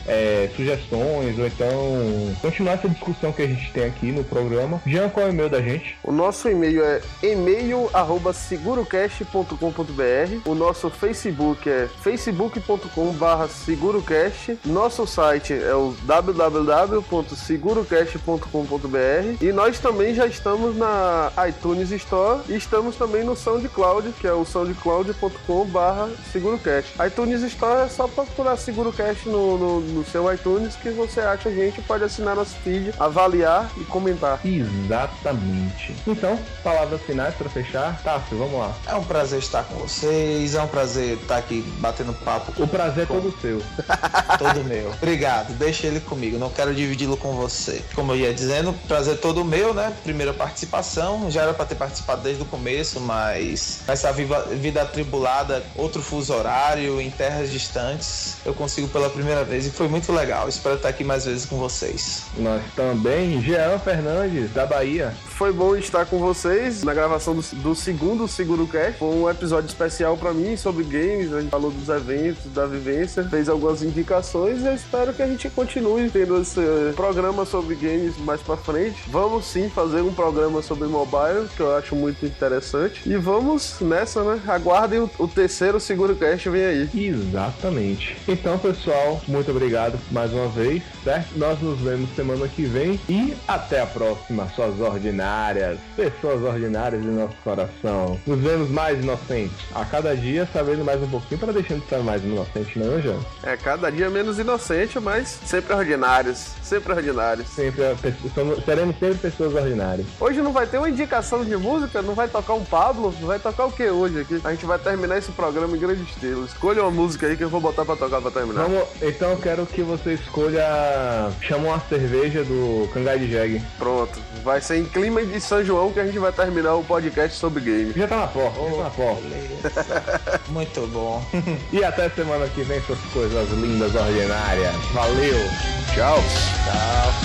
sugestões ou então continuar essa discussão que a gente tem aqui no programa. Jean, qual é o e-mail da gente? O nosso e-mail é e-mail@segurocast.com.br. O nosso Facebook é facebook.com/segurocast. Nosso site é o www.segurocast.com.br e nós também já estamos na iTunes Store e estamos também no SoundCloud, que é o soundcloud.com/segurocast. iTunes Store é só procurar SeguroCast no seu iTunes que você acha a gente, pode assinar nosso feed, avaliar e comentar. Exatamente. Então, palavras finais para fechar. Tássio, vamos lá. É um prazer estar com vocês, é um prazer estar aqui batendo papo. O prazer é todo seu. Todo meu. Obrigado, deixa ele comigo, não quero dividi-lo com você. Como eu ia dizendo, prazer todo meu, né? Primeira participação, já era para ter participado desde o começo, mas essa vida atribulada, outro fuso horário, em terras distantes, eu consigo pela primeira vez e foi muito legal. Espero estar aqui mais vezes com vocês. Nós também, Jean Fernandes, da Bahia. Foi bom estar com vocês na gravação do segundo SeguroCast. Foi um episódio especial pra mim sobre games. A gente falou dos eventos, da vivência, fez algumas indicações e eu espero que a gente continue tendo esse programa sobre games mais pra frente. Vamos sim fazer um programa sobre mobile, que eu acho muito interessante. E vamos nessa, né? Aguardem o terceiro SeguroCast vem aí. Exatamente. Então, pessoal, muito obrigado mais uma vez, certo? Nós nos vemos semana que vem e até a próxima, suas ordinárias, pessoas ordinárias de nosso coração. Nos vemos mais inocentes. A cada dia, sabendo mais um pouquinho para deixando de estar mais inocente, não é, Jean? É, cada dia menos inocente, mas sempre ordinários. Sempre ordinários. Seremos sempre pessoas ordinárias. Hoje não vai ter uma indicação de música? Não vai tocar um Pablo? Vai tocar o que hoje aqui? A gente vai terminar esse programa em grande estilo. Escolha uma música aí que eu vou botar pra tocar pra terminar. Então eu quero que você escolha... Chama uma cerveja do Cangai de Jeg. Pronto. Vai ser em clima de São João que a gente vai terminar o podcast sobre game. Já tá na porta, já tá na porta. Muito bom. E até semana que vem, suas coisas lindas ordinárias. Valeu. Tchau. Tchau.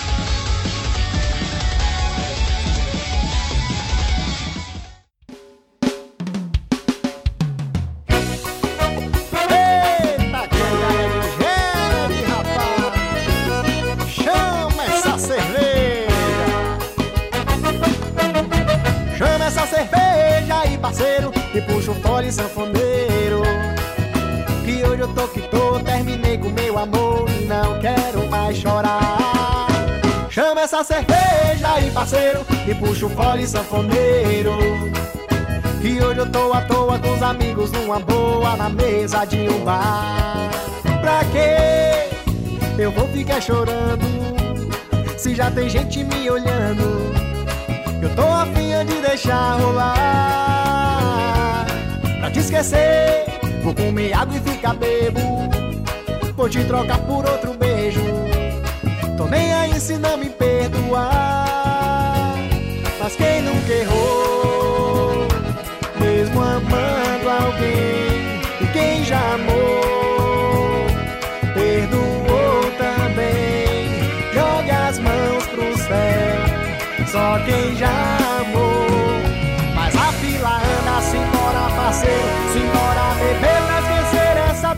E puxa o fole sanfoneiro, que hoje eu tô que tô, terminei com meu amor e não quero mais chorar. Chama essa cerveja aí, parceiro, e puxa o fole sanfoneiro, que hoje eu tô à toa com os amigos numa boa na mesa de um bar. Pra quê? Eu vou ficar chorando se já tem gente me olhando. Eu tô a fim de deixar rolar. Pra te esquecer, vou comer água e ficar bebo. Vou te trocar por outro beijo. Tô nem aí se não me perdoar. Mas quem nunca errou, mesmo amando alguém, e quem já amou, perdoou também. Jogue as mãos pro céu, só quem já amou. Mas a fila anda, simbora parceiro, simbora beber pra esquecer essa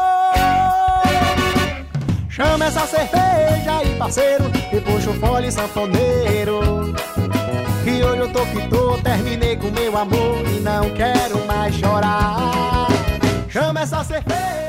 dor. Chama essa cerveja aí, parceiro, e puxa o fole sanfoneiro, que hoje eu tô que tô, terminei com meu amor e não quero mais chorar. Chama essa cerveja.